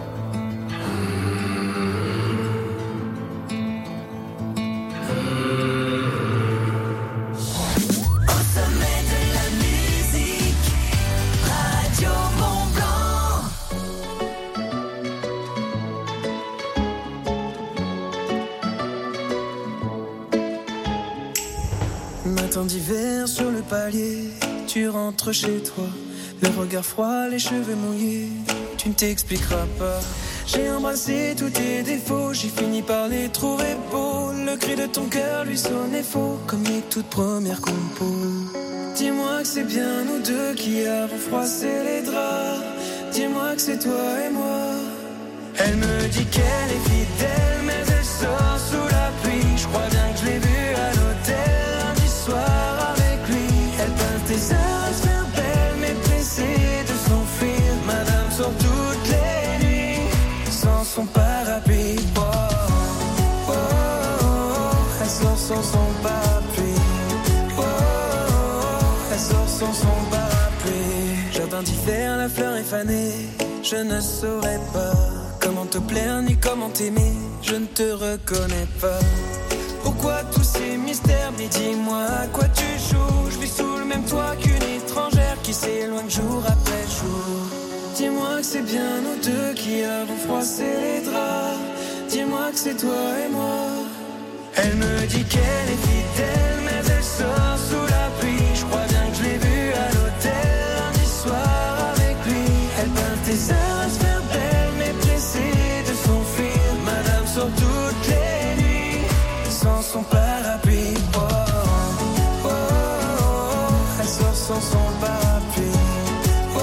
Matin d'hiver sur le palier, tu rentres chez toi, le regard froid, les cheveux mouillés, tu ne t'expliqueras pas. J'ai embrassé tous tes défauts, j'ai fini par les trouver beaux. Le cri de ton cœur lui sonnait faux, comme les toutes premières compos. Dis-moi que c'est bien nous deux qui avons froissé les draps. Dis-moi que c'est toi et moi. Elle me dit qu'elle est fidèle, mais elle sort sous la pluie. Je crois bien que je l'ai vue à l'hôtel lundi soir avec lui. Elle peint tes heures à se faire belle, mais pressée de s'enfuir. Madame sort toutes les nuits sans son parapluie. Oh, oh, oh, oh. Elle sort sans son parapluie. Oh, oh, oh. Elle sort sans son parapluie. Jardin d'hiver, la fleur est fanée. Je ne saurais pas comment te plaire ni comment t'aimer. Je ne te reconnais pas. Pourquoi tous ces mystères? Mais dis-moi à quoi tu joues. Je vis sous le même toit qu'une étrangère qui s'éloigne jour après jour. Dis-moi que c'est bien nous deux qui avons froissé les draps. Dis-moi que c'est toi et moi. Elle me dit qu'elle est fidèle, mais elle sort sous la pluie. Je crois bien que je l'ai vue à l'hôtel lundi soir avec lui. Elle peint tes heures à se faire belle, mais pressée de s'enfuir. Madame sort toutes les nuits sans son parapluie. Oh, oh, oh, oh. Elle sort sans son parapluie. Oh, oh,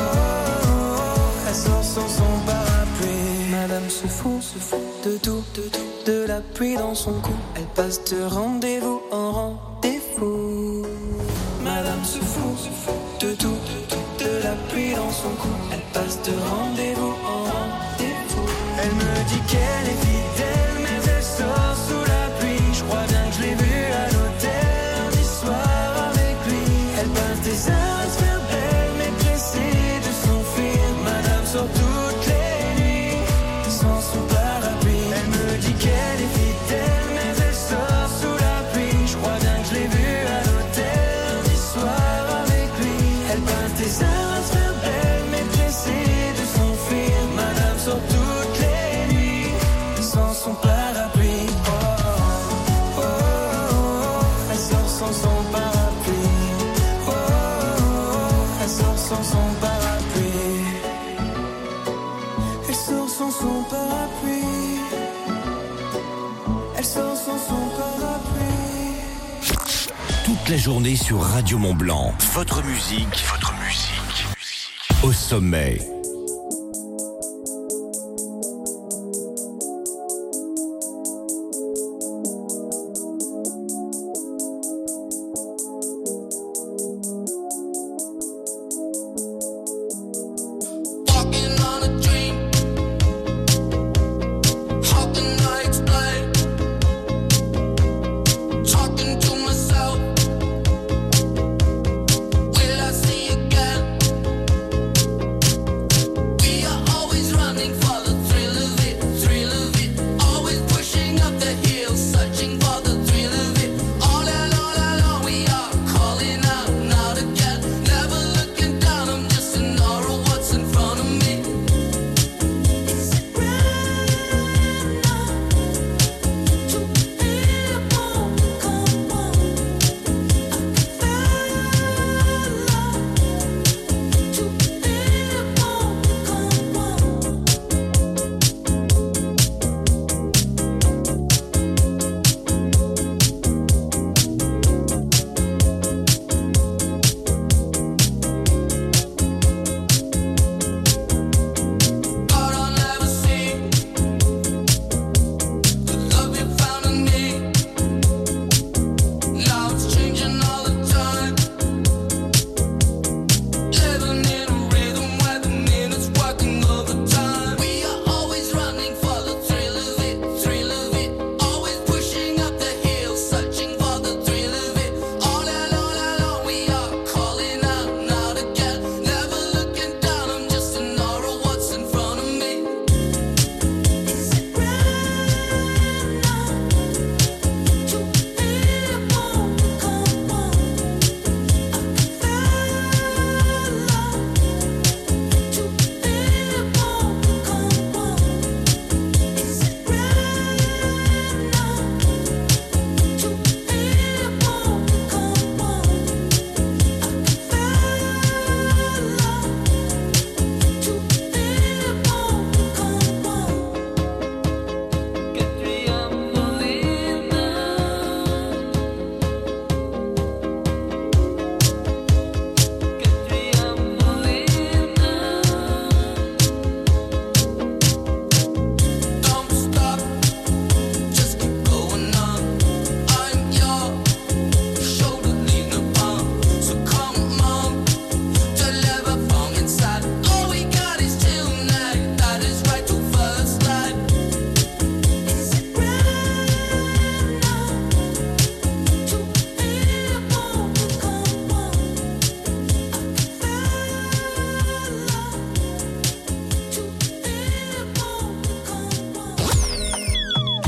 oh. Elle sort sans son parapluie. Madame se fout de tout, de la pluie dans son cou. Elle passe de rendez-vous en rendez-vous. Madame se fout de tout, de la pluie dans son cou. Elle passe de rendez-vous en rendez-vous. Elle me dit qu'elle est fidèle, mais elle sort sous la pluie. Je crois bien que je l'ai vue à l'hôtel lundi soir avec lui. Elle passe des heures à se faire belle, mais pressée de s'enfuir. Madame sort toutes les nuits sans son parapluie. Elle me dit qu'elle est fidèle, mais elle sort sous la pluie. Je crois bien que je l'ai vue à l'hôtel lundi soir avec lui. Elle passe des heures à se faire belle, mais pressée de s'enfuir. Madame sort toutes les nuits sans son parapluie. Oh, oh, oh, oh. Elle sort sans son parapluie. Oh, oh, oh. Elle sort sans son parapluie. Elle sort sans son parapluie. Elle sort sans son parapluie. Toute la journée sur Radio Mont-Blanc. Votre musique au sommet.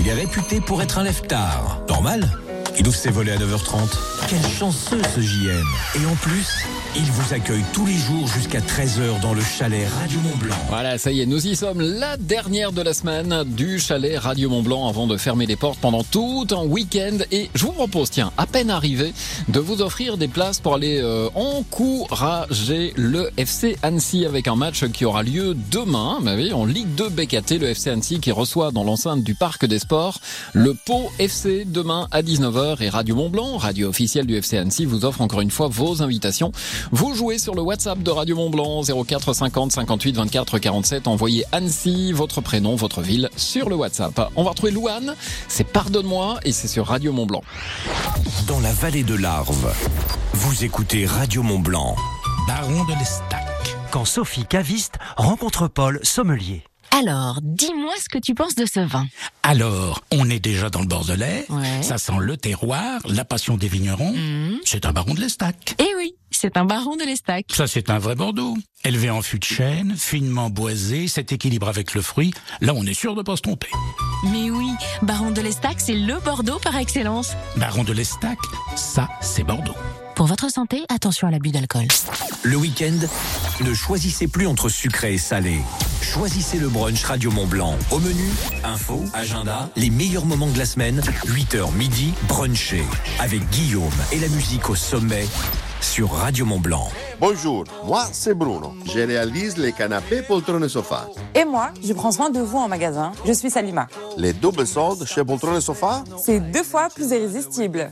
Il est réputé pour être un lève-tard. Normal, il ouvre ses volets à 9h30. Quel chanceux ce JM. Et en plus, il vous accueille tous les jours jusqu'à 13h dans le chalet Radio Mont-Blanc. Voilà, ça y est, nous y sommes. La dernière de la semaine du chalet Radio Mont-Blanc avant de fermer les portes pendant tout un week-end. Et je vous propose, tiens, à peine arrivé, de vous offrir des places pour aller encourager le FC Annecy avec un match qui aura lieu demain. Bah oui, en Ligue 2 BKT, le FC Annecy qui reçoit dans l'enceinte du Parc des Sports le Pau FC demain à 19h. Et Radio Mont-Blanc, radio officielle du FC Annecy, vous offre encore une fois vos invitations. Vous jouez sur le WhatsApp de Radio Mont-Blanc 04 50 58 24 47. Envoyez Annecy, votre prénom, votre ville sur le WhatsApp. On va retrouver Louane, c'est Pardonne-moi et c'est sur Radio Mont-Blanc. Dans la vallée de l'Arve, vous écoutez Radio Mont-Blanc. Baron de l'Estac. Quand Sophie, caviste, rencontre Paul, sommelier. Alors, dis-moi ce que tu penses de ce vin. Alors, on est déjà dans le Bordelais. Ouais. Ça sent le terroir, la passion des vignerons. C'est un baron de l'Estac. Eh oui, c'est un baron de l'Estac. Ça, c'est un vrai Bordeaux. Élevé en fût de chêne, finement boisé, cet équilibre avec le fruit. Là, on est sûr de pas se tromper. Mais oui, baron de l'Estac, c'est le Bordeaux par excellence. Baron de l'Estac, ça, c'est Bordeaux. Pour votre santé, attention à l'abus d'alcool. Le week-end, ne choisissez plus entre sucré et salé. Choisissez le brunch Radio Mont-Blanc. Au menu, info, agenda, les meilleurs moments de la semaine, 8h midi, brunché. Avec Guillaume et la musique au sommet sur Radio Mont-Blanc. Bonjour, moi c'est Bruno. Je réalise les canapés, poltrons et sofas. Et moi, je prends soin de vous en magasin. Je suis Salima. Les doubles soldes chez Poltron et Sofa, c'est 2 fois plus irrésistible.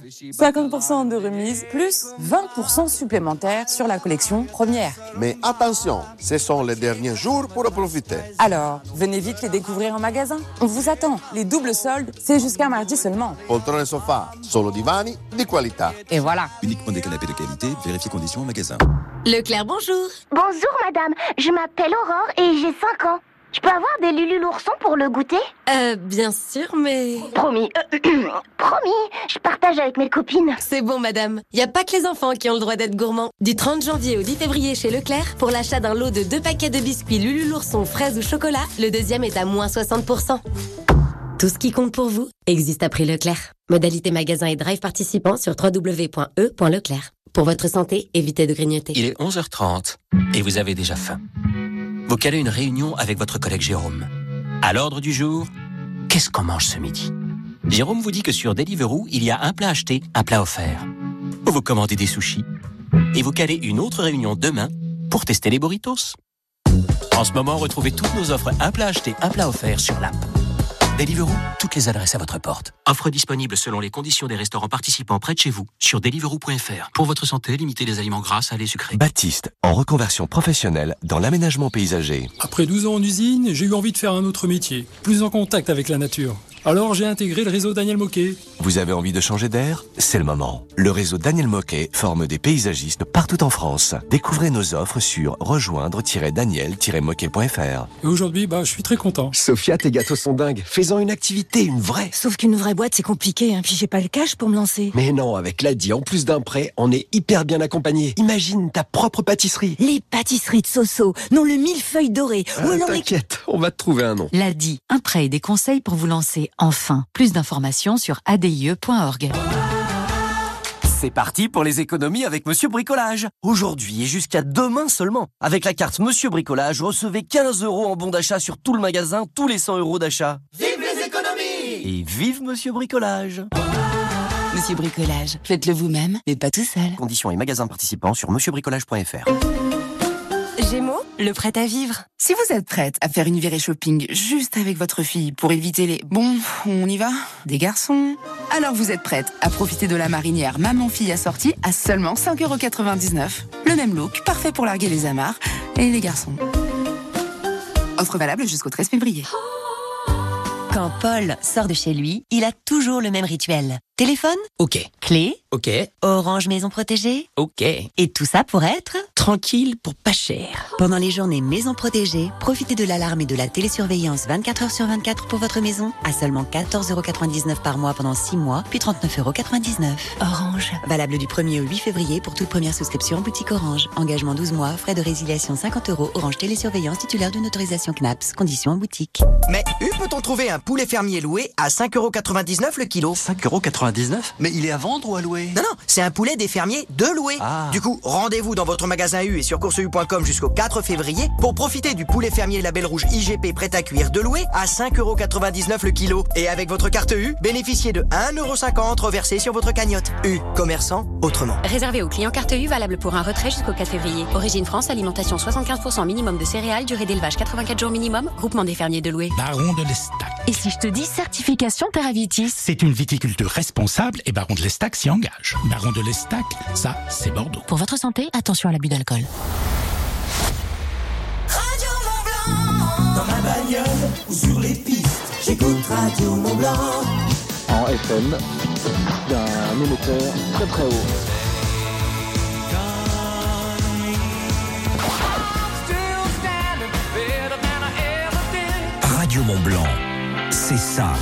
50% de remise, plus 20% supplémentaires sur la collection première. Mais attention, ce sont les derniers jours pour en profiter. Alors, venez vite les découvrir en magasin. On vous attend. Les doubles soldes, c'est jusqu'à mardi seulement. Poltron et Sofa, solo divani di qualità. Et voilà. Uniquement des canapés de qualité, vérifiez conditions en magasin. Leclerc, bonjour. Bonjour madame, je m'appelle Aurore et j'ai 5 ans. Je peux avoir des Lulu l'ourson pour le goûter? Bien sûr, mais... Promis, promis, je partage avec mes copines. C'est bon, madame. Y a pas que les enfants qui ont le droit d'être gourmands. Du 30 janvier au 10 février chez Leclerc, pour l'achat d'un lot de 2 paquets de biscuits Lulu l'ourson fraises ou chocolat, le deuxième est à moins 60%. Tout ce qui compte pour vous existe à prix Leclerc. Modalité magasin et drive participant sur www.e.leclerc. Pour votre santé, évitez de grignoter. Il est 11h30 et vous avez déjà faim. Vous calez une réunion avec votre collègue Jérôme. À l'ordre du jour, qu'est-ce qu'on mange ce midi? Jérôme vous dit que sur Deliveroo, il y a un plat acheté, un plat offert. Vous commandez des sushis et vous calez une autre réunion demain pour tester les burritos. En ce moment, retrouvez toutes nos offres un plat acheté, un plat offert sur l'app. Deliveroo, toutes les adresses à votre porte. Offre disponible selon les conditions des restaurants participants près de chez vous sur deliveroo.fr. Pour votre santé, limitez les aliments gras, salés, sucrés. Baptiste, en reconversion professionnelle dans l'aménagement paysager. Après 12 ans en usine, j'ai eu envie de faire un autre métier, plus en contact avec la nature. Alors j'ai intégré le réseau Daniel Moquet. Vous avez envie de changer d'air? C'est le moment. Le réseau Daniel Moquet forme des paysagistes partout en France. Découvrez nos offres sur rejoindre-daniel-moquet.fr. Et aujourd'hui, je suis très content. Sophia, tes gâteaux sont dingues. Fais-en une activité, une vraie. Sauf qu'une vraie boîte, c'est compliqué, puis j'ai pas le cash pour me lancer. Mais non, avec l'Adi, en plus d'un prêt, on est hyper bien accompagné. Imagine ta propre pâtisserie. Les pâtisseries de Soso, non le millefeuille doré. T'inquiète, on va te trouver un nom. L'Adi, un prêt et des conseils pour vous lancer enfin. Plus d'informations sur adie.org. C'est parti pour les économies avec Monsieur Bricolage. Aujourd'hui et jusqu'à demain seulement. Avec la carte Monsieur Bricolage, recevez 15 € en bon d'achat sur tout le magasin, tous les 100 € d'achat. Vive les économies! Et vive Monsieur Bricolage! Monsieur Bricolage, faites-le vous-même, mais pas tout seul. Conditions et magasins participants sur monsieurbricolage.fr. Gémeaux, le prêt à vivre. Si vous êtes prête à faire une virée shopping juste avec votre fille pour éviter les « bon, on y va » des garçons, alors vous êtes prête à profiter de la marinière maman-fille assortie à seulement 5,99 €. Le même look, parfait pour larguer les amarres et les garçons. Offre valable jusqu'au 13 février. Quand Paul sort de chez lui, il a toujours le même rituel. Téléphone? Ok. Clé? Ok. Orange Maison Protégée? Ok. Et tout ça pour être tranquille pour pas cher. Pendant les journées Maison Protégée, profitez de l'alarme et de la télésurveillance 24 heures sur 24 pour votre maison à seulement 14,99€ par mois pendant 6 mois, puis 39,99€. Orange. Valable du 1er au 8 février pour toute première souscription en boutique Orange. Engagement 12 mois, frais de résiliation 50€. Orange Télésurveillance titulaire d'une autorisation CNAPS. Conditions en boutique. Mais où peut-on trouver un poulet fermier loué à 5,99€ le kilo? 5,99€? Mais il est à vendre ou à louer? Non, c'est un poulet des fermiers de louer. Ah. Du coup, rendez-vous dans votre magasin U et sur courseu.com jusqu'au 4 février pour profiter du poulet fermier label rouge IGP prêt à cuire de louer à 5,99€ le kilo. Et avec votre carte U, bénéficiez de 1,50€ reversé sur votre cagnotte. U, commerçant autrement. Réservé aux clients carte U, valable pour un retrait jusqu'au 4 février. Origine France, alimentation 75% minimum de céréales, durée d'élevage 84 jours minimum, groupement des fermiers de louer. Baron de l'Estac. Et si je te dis certification Terravitis? C'est une viticulture responsable et Baron de l'Estac s'y engage. Baron de l'Estac, ça, c'est Bordeaux. Pour votre santé, attention à l'abus d'alcool. Dans ma bagnole ou sur les pistes, j'écoute Radio Mont-Blanc. En FM, d'un émetteur très très haut. Radio Mont-Blanc, c'est ça.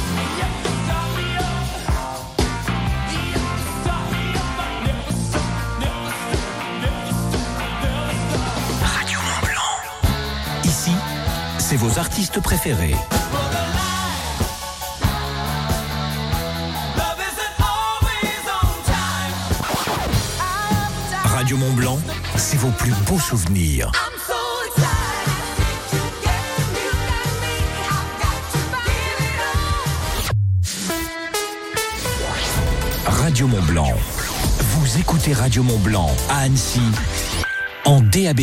Radio Mont-Blanc. Ici, c'est vos artistes préférés. Radio Mont-Blanc, c'est vos plus beaux souvenirs. Radio Mont-Blanc. Vous écoutez Radio Mont-Blanc à Annecy en DAB+.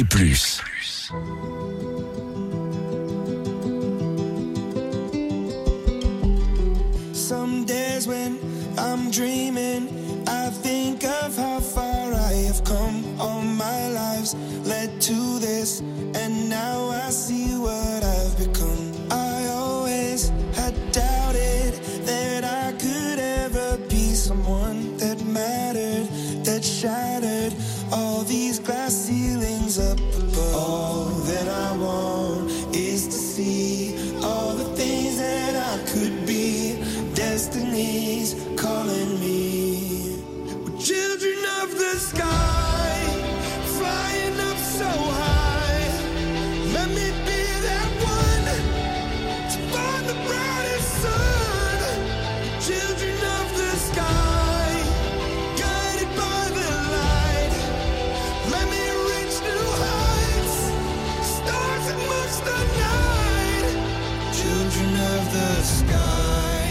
Some days when I'm dreaming, I think of how far I have come. All my lives led to this, and now I see what I've become. I always had doubted that I could ever be someone that mattered, that shattered all these glass ceilings up above. All that I want is to see all the things that I could be. Destiny's calling me. We're children of the sky, flying up so high. Let me be that one to find the brightest sun. We're children of the sky, guided by the light. Let me reach new heights, stars amongst the night. Children of the sky.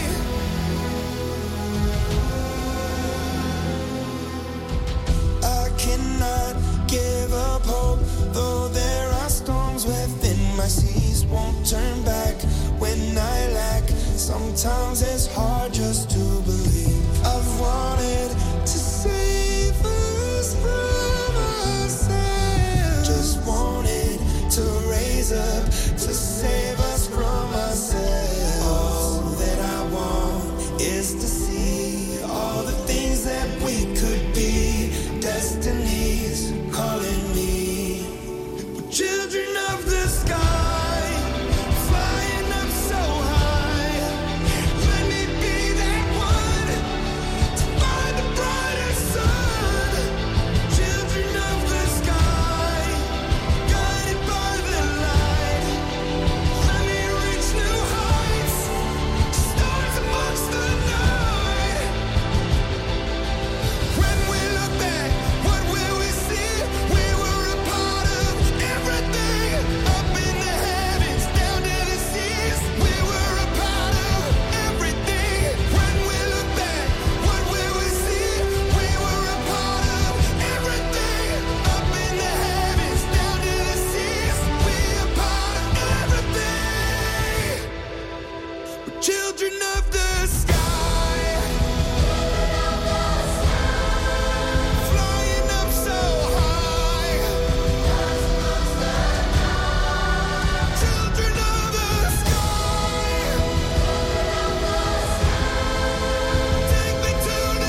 Cannot give up hope, though there are storms within my seas. Won't turn back when I lack. Sometimes it's hard just to believe. I've wanted to save us from ourselves. Just wanted to raise up to save us from ourselves. All that I want is to see all the things that we could be. Destiny's calling me. We're children of the sky, flying up so high. Let me be that one to find the brightest sun. Children of the sky, guided by the light. Let me reach new heights, stars amongst the night. When we look back, what will we see? We were a part of everything, up in the heavens, down to the seas. We were a part of everything. When we look back, what will we see? We were a part of everything, up in the heavens, down to the seas. We a part of everything. We're children of the sky. Flying up so high. Children of the sky. Take me to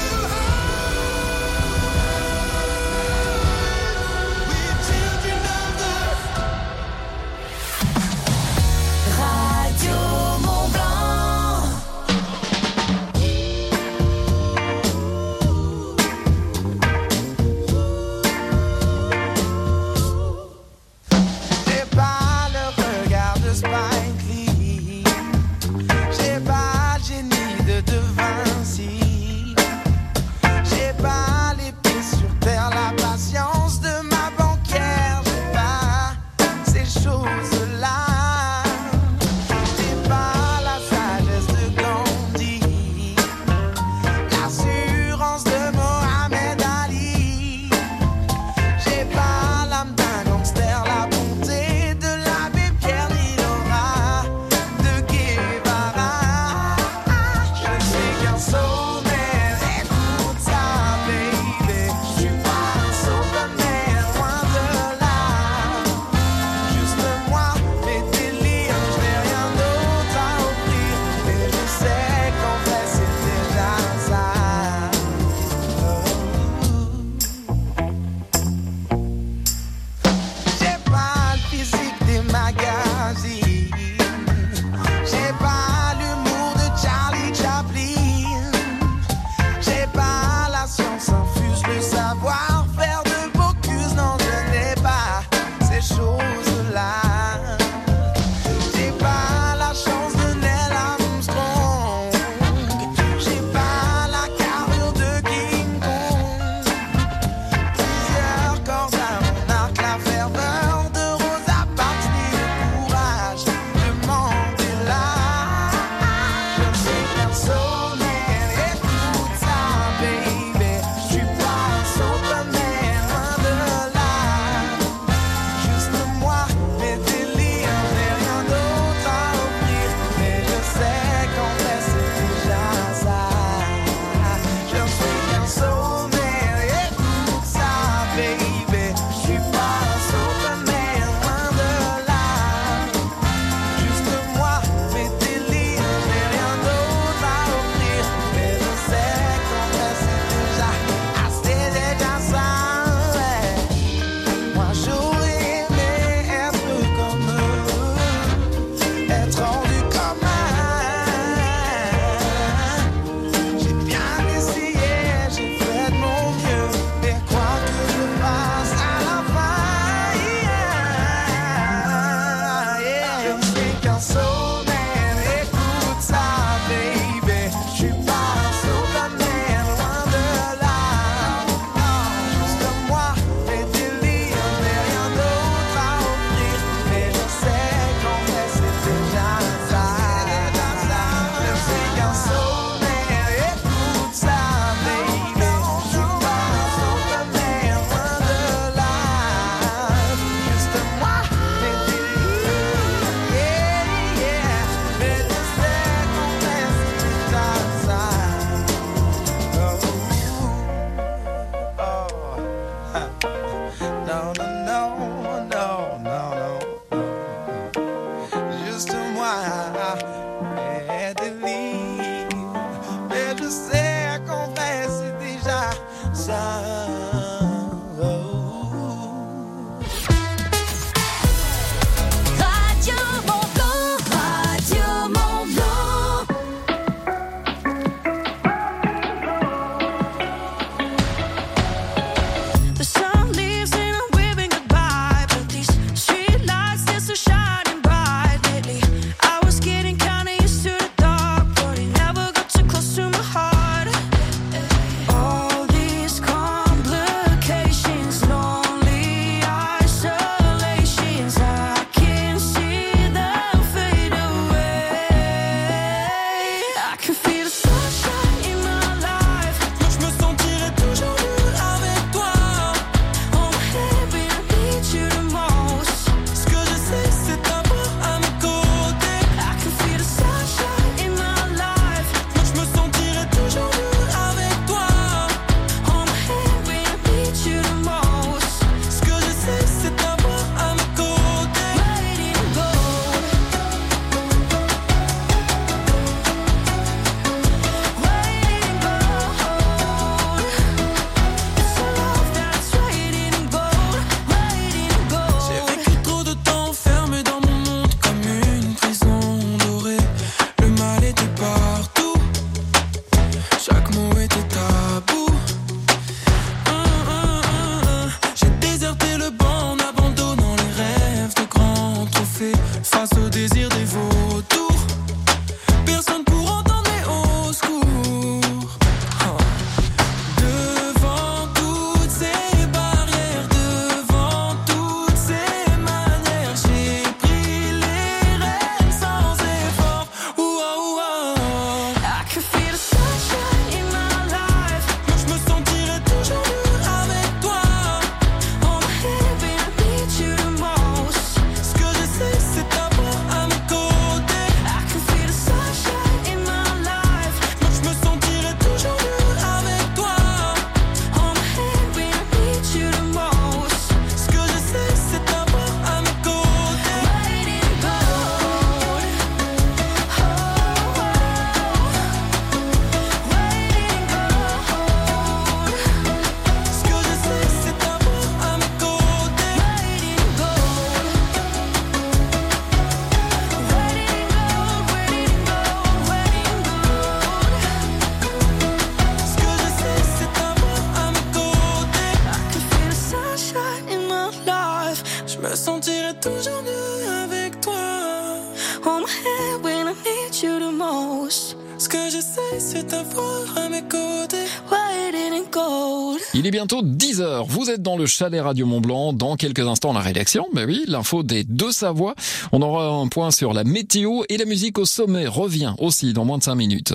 want you the most. Ce que j'essaie, c'est d'avoir à mes côtés. Why it didn't go. Il est bientôt 10h, vous êtes dans le chalet Radio Mont-Blanc, dans quelques instants la rédaction, mais oui, l'info des deux Savoies. On aura un point sur la météo et la musique au sommet revient aussi dans moins de 5 minutes.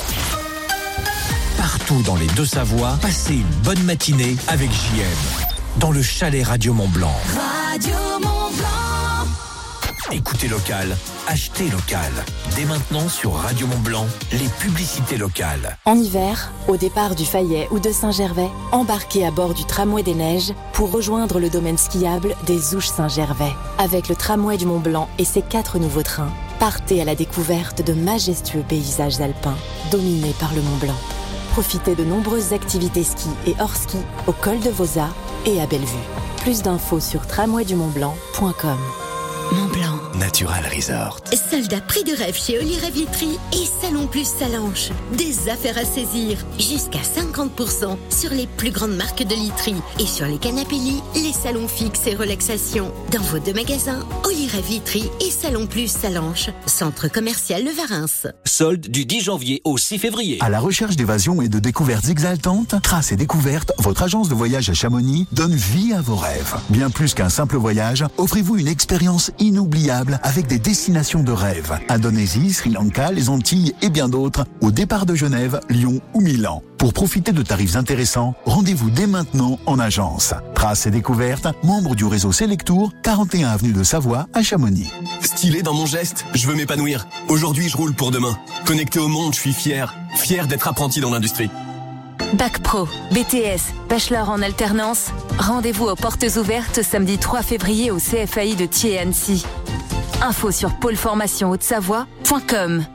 Partout dans les deux Savoies, passez une bonne matinée avec JM. Dans le chalet Radio Mont-Blanc. Radio Mont-Blanc. Écoutez local, achetez local. Dès maintenant sur Radio Mont-Blanc, les publicités locales. En hiver, au départ du Fayet ou de Saint-Gervais, embarquez à bord du tramway des neiges pour rejoindre le domaine skiable des Ouches Saint-Gervais. Avec le tramway du Mont-Blanc et ses 4 nouveaux trains, partez à la découverte de majestueux paysages alpins dominés par le Mont-Blanc. Profitez de nombreuses activités ski et hors ski au col de Vauzat et à Bellevue. Plus d'infos sur tramwaydumontblanc.com. Montblanc. Natural Resort. Soldat prix de rêve chez Oliret Vitry et Salon Plus Salanches. Des affaires à saisir. Jusqu'à 50% sur les plus grandes marques de literie. Et sur les canapés lits, les salons fixes et relaxation. Dans vos 2 magasins, Oliret Vitry et Salon Plus Salanches. Centre commercial Le Varins. Solde du 10 janvier au 6 février. À la recherche d'évasion et de découvertes exaltantes, Traces et Découvertes, votre agence de voyage à Chamonix, donne vie à vos rêves. Bien plus qu'un simple voyage, offrez-vous une expérience inoubliable avec des destinations de rêve. Indonésie, Sri Lanka, les Antilles et bien d'autres, au départ de Genève, Lyon ou Milan. Pour profiter de tarifs intéressants, rendez-vous dès maintenant en agence. Traces et Découvertes, membre du réseau Selectour, 41 avenue de Savoie à Chamonix. Stylé dans mon geste, je veux m'épanouir. Aujourd'hui, je roule pour demain. Connecté au monde, je suis fier. Fier d'être apprenti dans l'industrie. Bac Pro, BTS, Bachelor en alternance. Rendez-vous aux portes ouvertes samedi 3 février au CFAI de Thiers et Annecy. Info sur pôleformation-haute-savoie.com.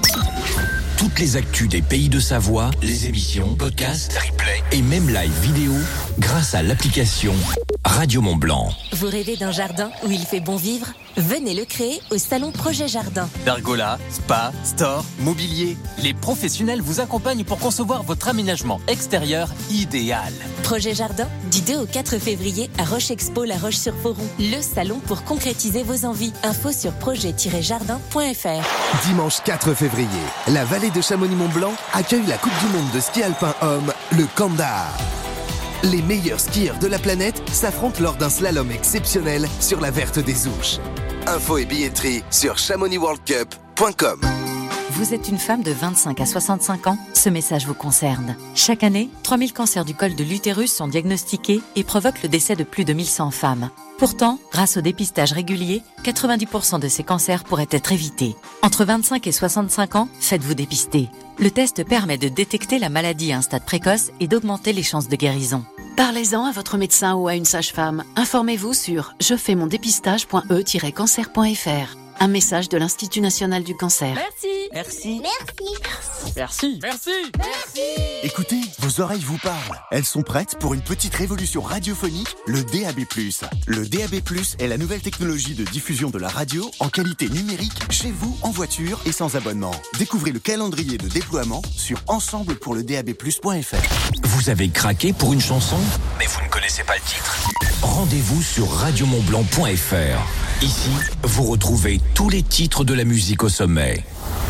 Toutes les actus des pays de Savoie, les émissions, podcasts, replays et même live vidéo grâce à l'application Radio Mont-Blanc. Vous rêvez d'un jardin où il fait bon vivre ? Venez le créer au salon Projet Jardin. Pergola, spa, store, mobilier. Les professionnels vous accompagnent pour concevoir votre aménagement extérieur idéal. Projet Jardin, du 2 au 4 février à Roche Expo La Roche-sur-Foron. Le salon pour concrétiser vos envies. Info sur projet-jardin.fr. Dimanche 4 février, la vallée de Chamonix-Mont-Blanc accueille la Coupe du Monde de ski alpin homme, le Kandahar. Les meilleurs skieurs de la planète s'affrontent lors d'un slalom exceptionnel sur la verte des Ouches. Info et billetterie sur chamonixworldcup.com. Vous êtes une femme de 25 à 65 ans, ce message vous concerne. Chaque année, 3000 cancers du col de l'utérus sont diagnostiqués et provoquent le décès de plus de 1100 femmes. Pourtant, grâce au dépistage régulier, 90% de ces cancers pourraient être évités. Entre 25 et 65 ans, faites-vous dépister. Le test permet de détecter la maladie à un stade précoce et d'augmenter les chances de guérison. Parlez-en à votre médecin ou à une sage-femme. Informez-vous sur jefaimondepistage.e-cancer.fr. Un message de l'Institut National du Cancer. Merci. Merci. Merci. Merci. Merci. Merci. Écoutez, vos oreilles vous parlent. Elles sont prêtes pour une petite révolution radiophonique, le DAB+. Le DAB+, est la nouvelle technologie de diffusion de la radio en qualité numérique, chez vous, en voiture et sans abonnement. Découvrez le calendrier de déploiement sur ensemblepourledabplus.fr. Vous avez craqué pour une chanson, mais vous ne connaissez pas le titre. Rendez-vous sur radiomontblanc.fr. Ici, vous retrouvez tous les titres de la musique au sommet.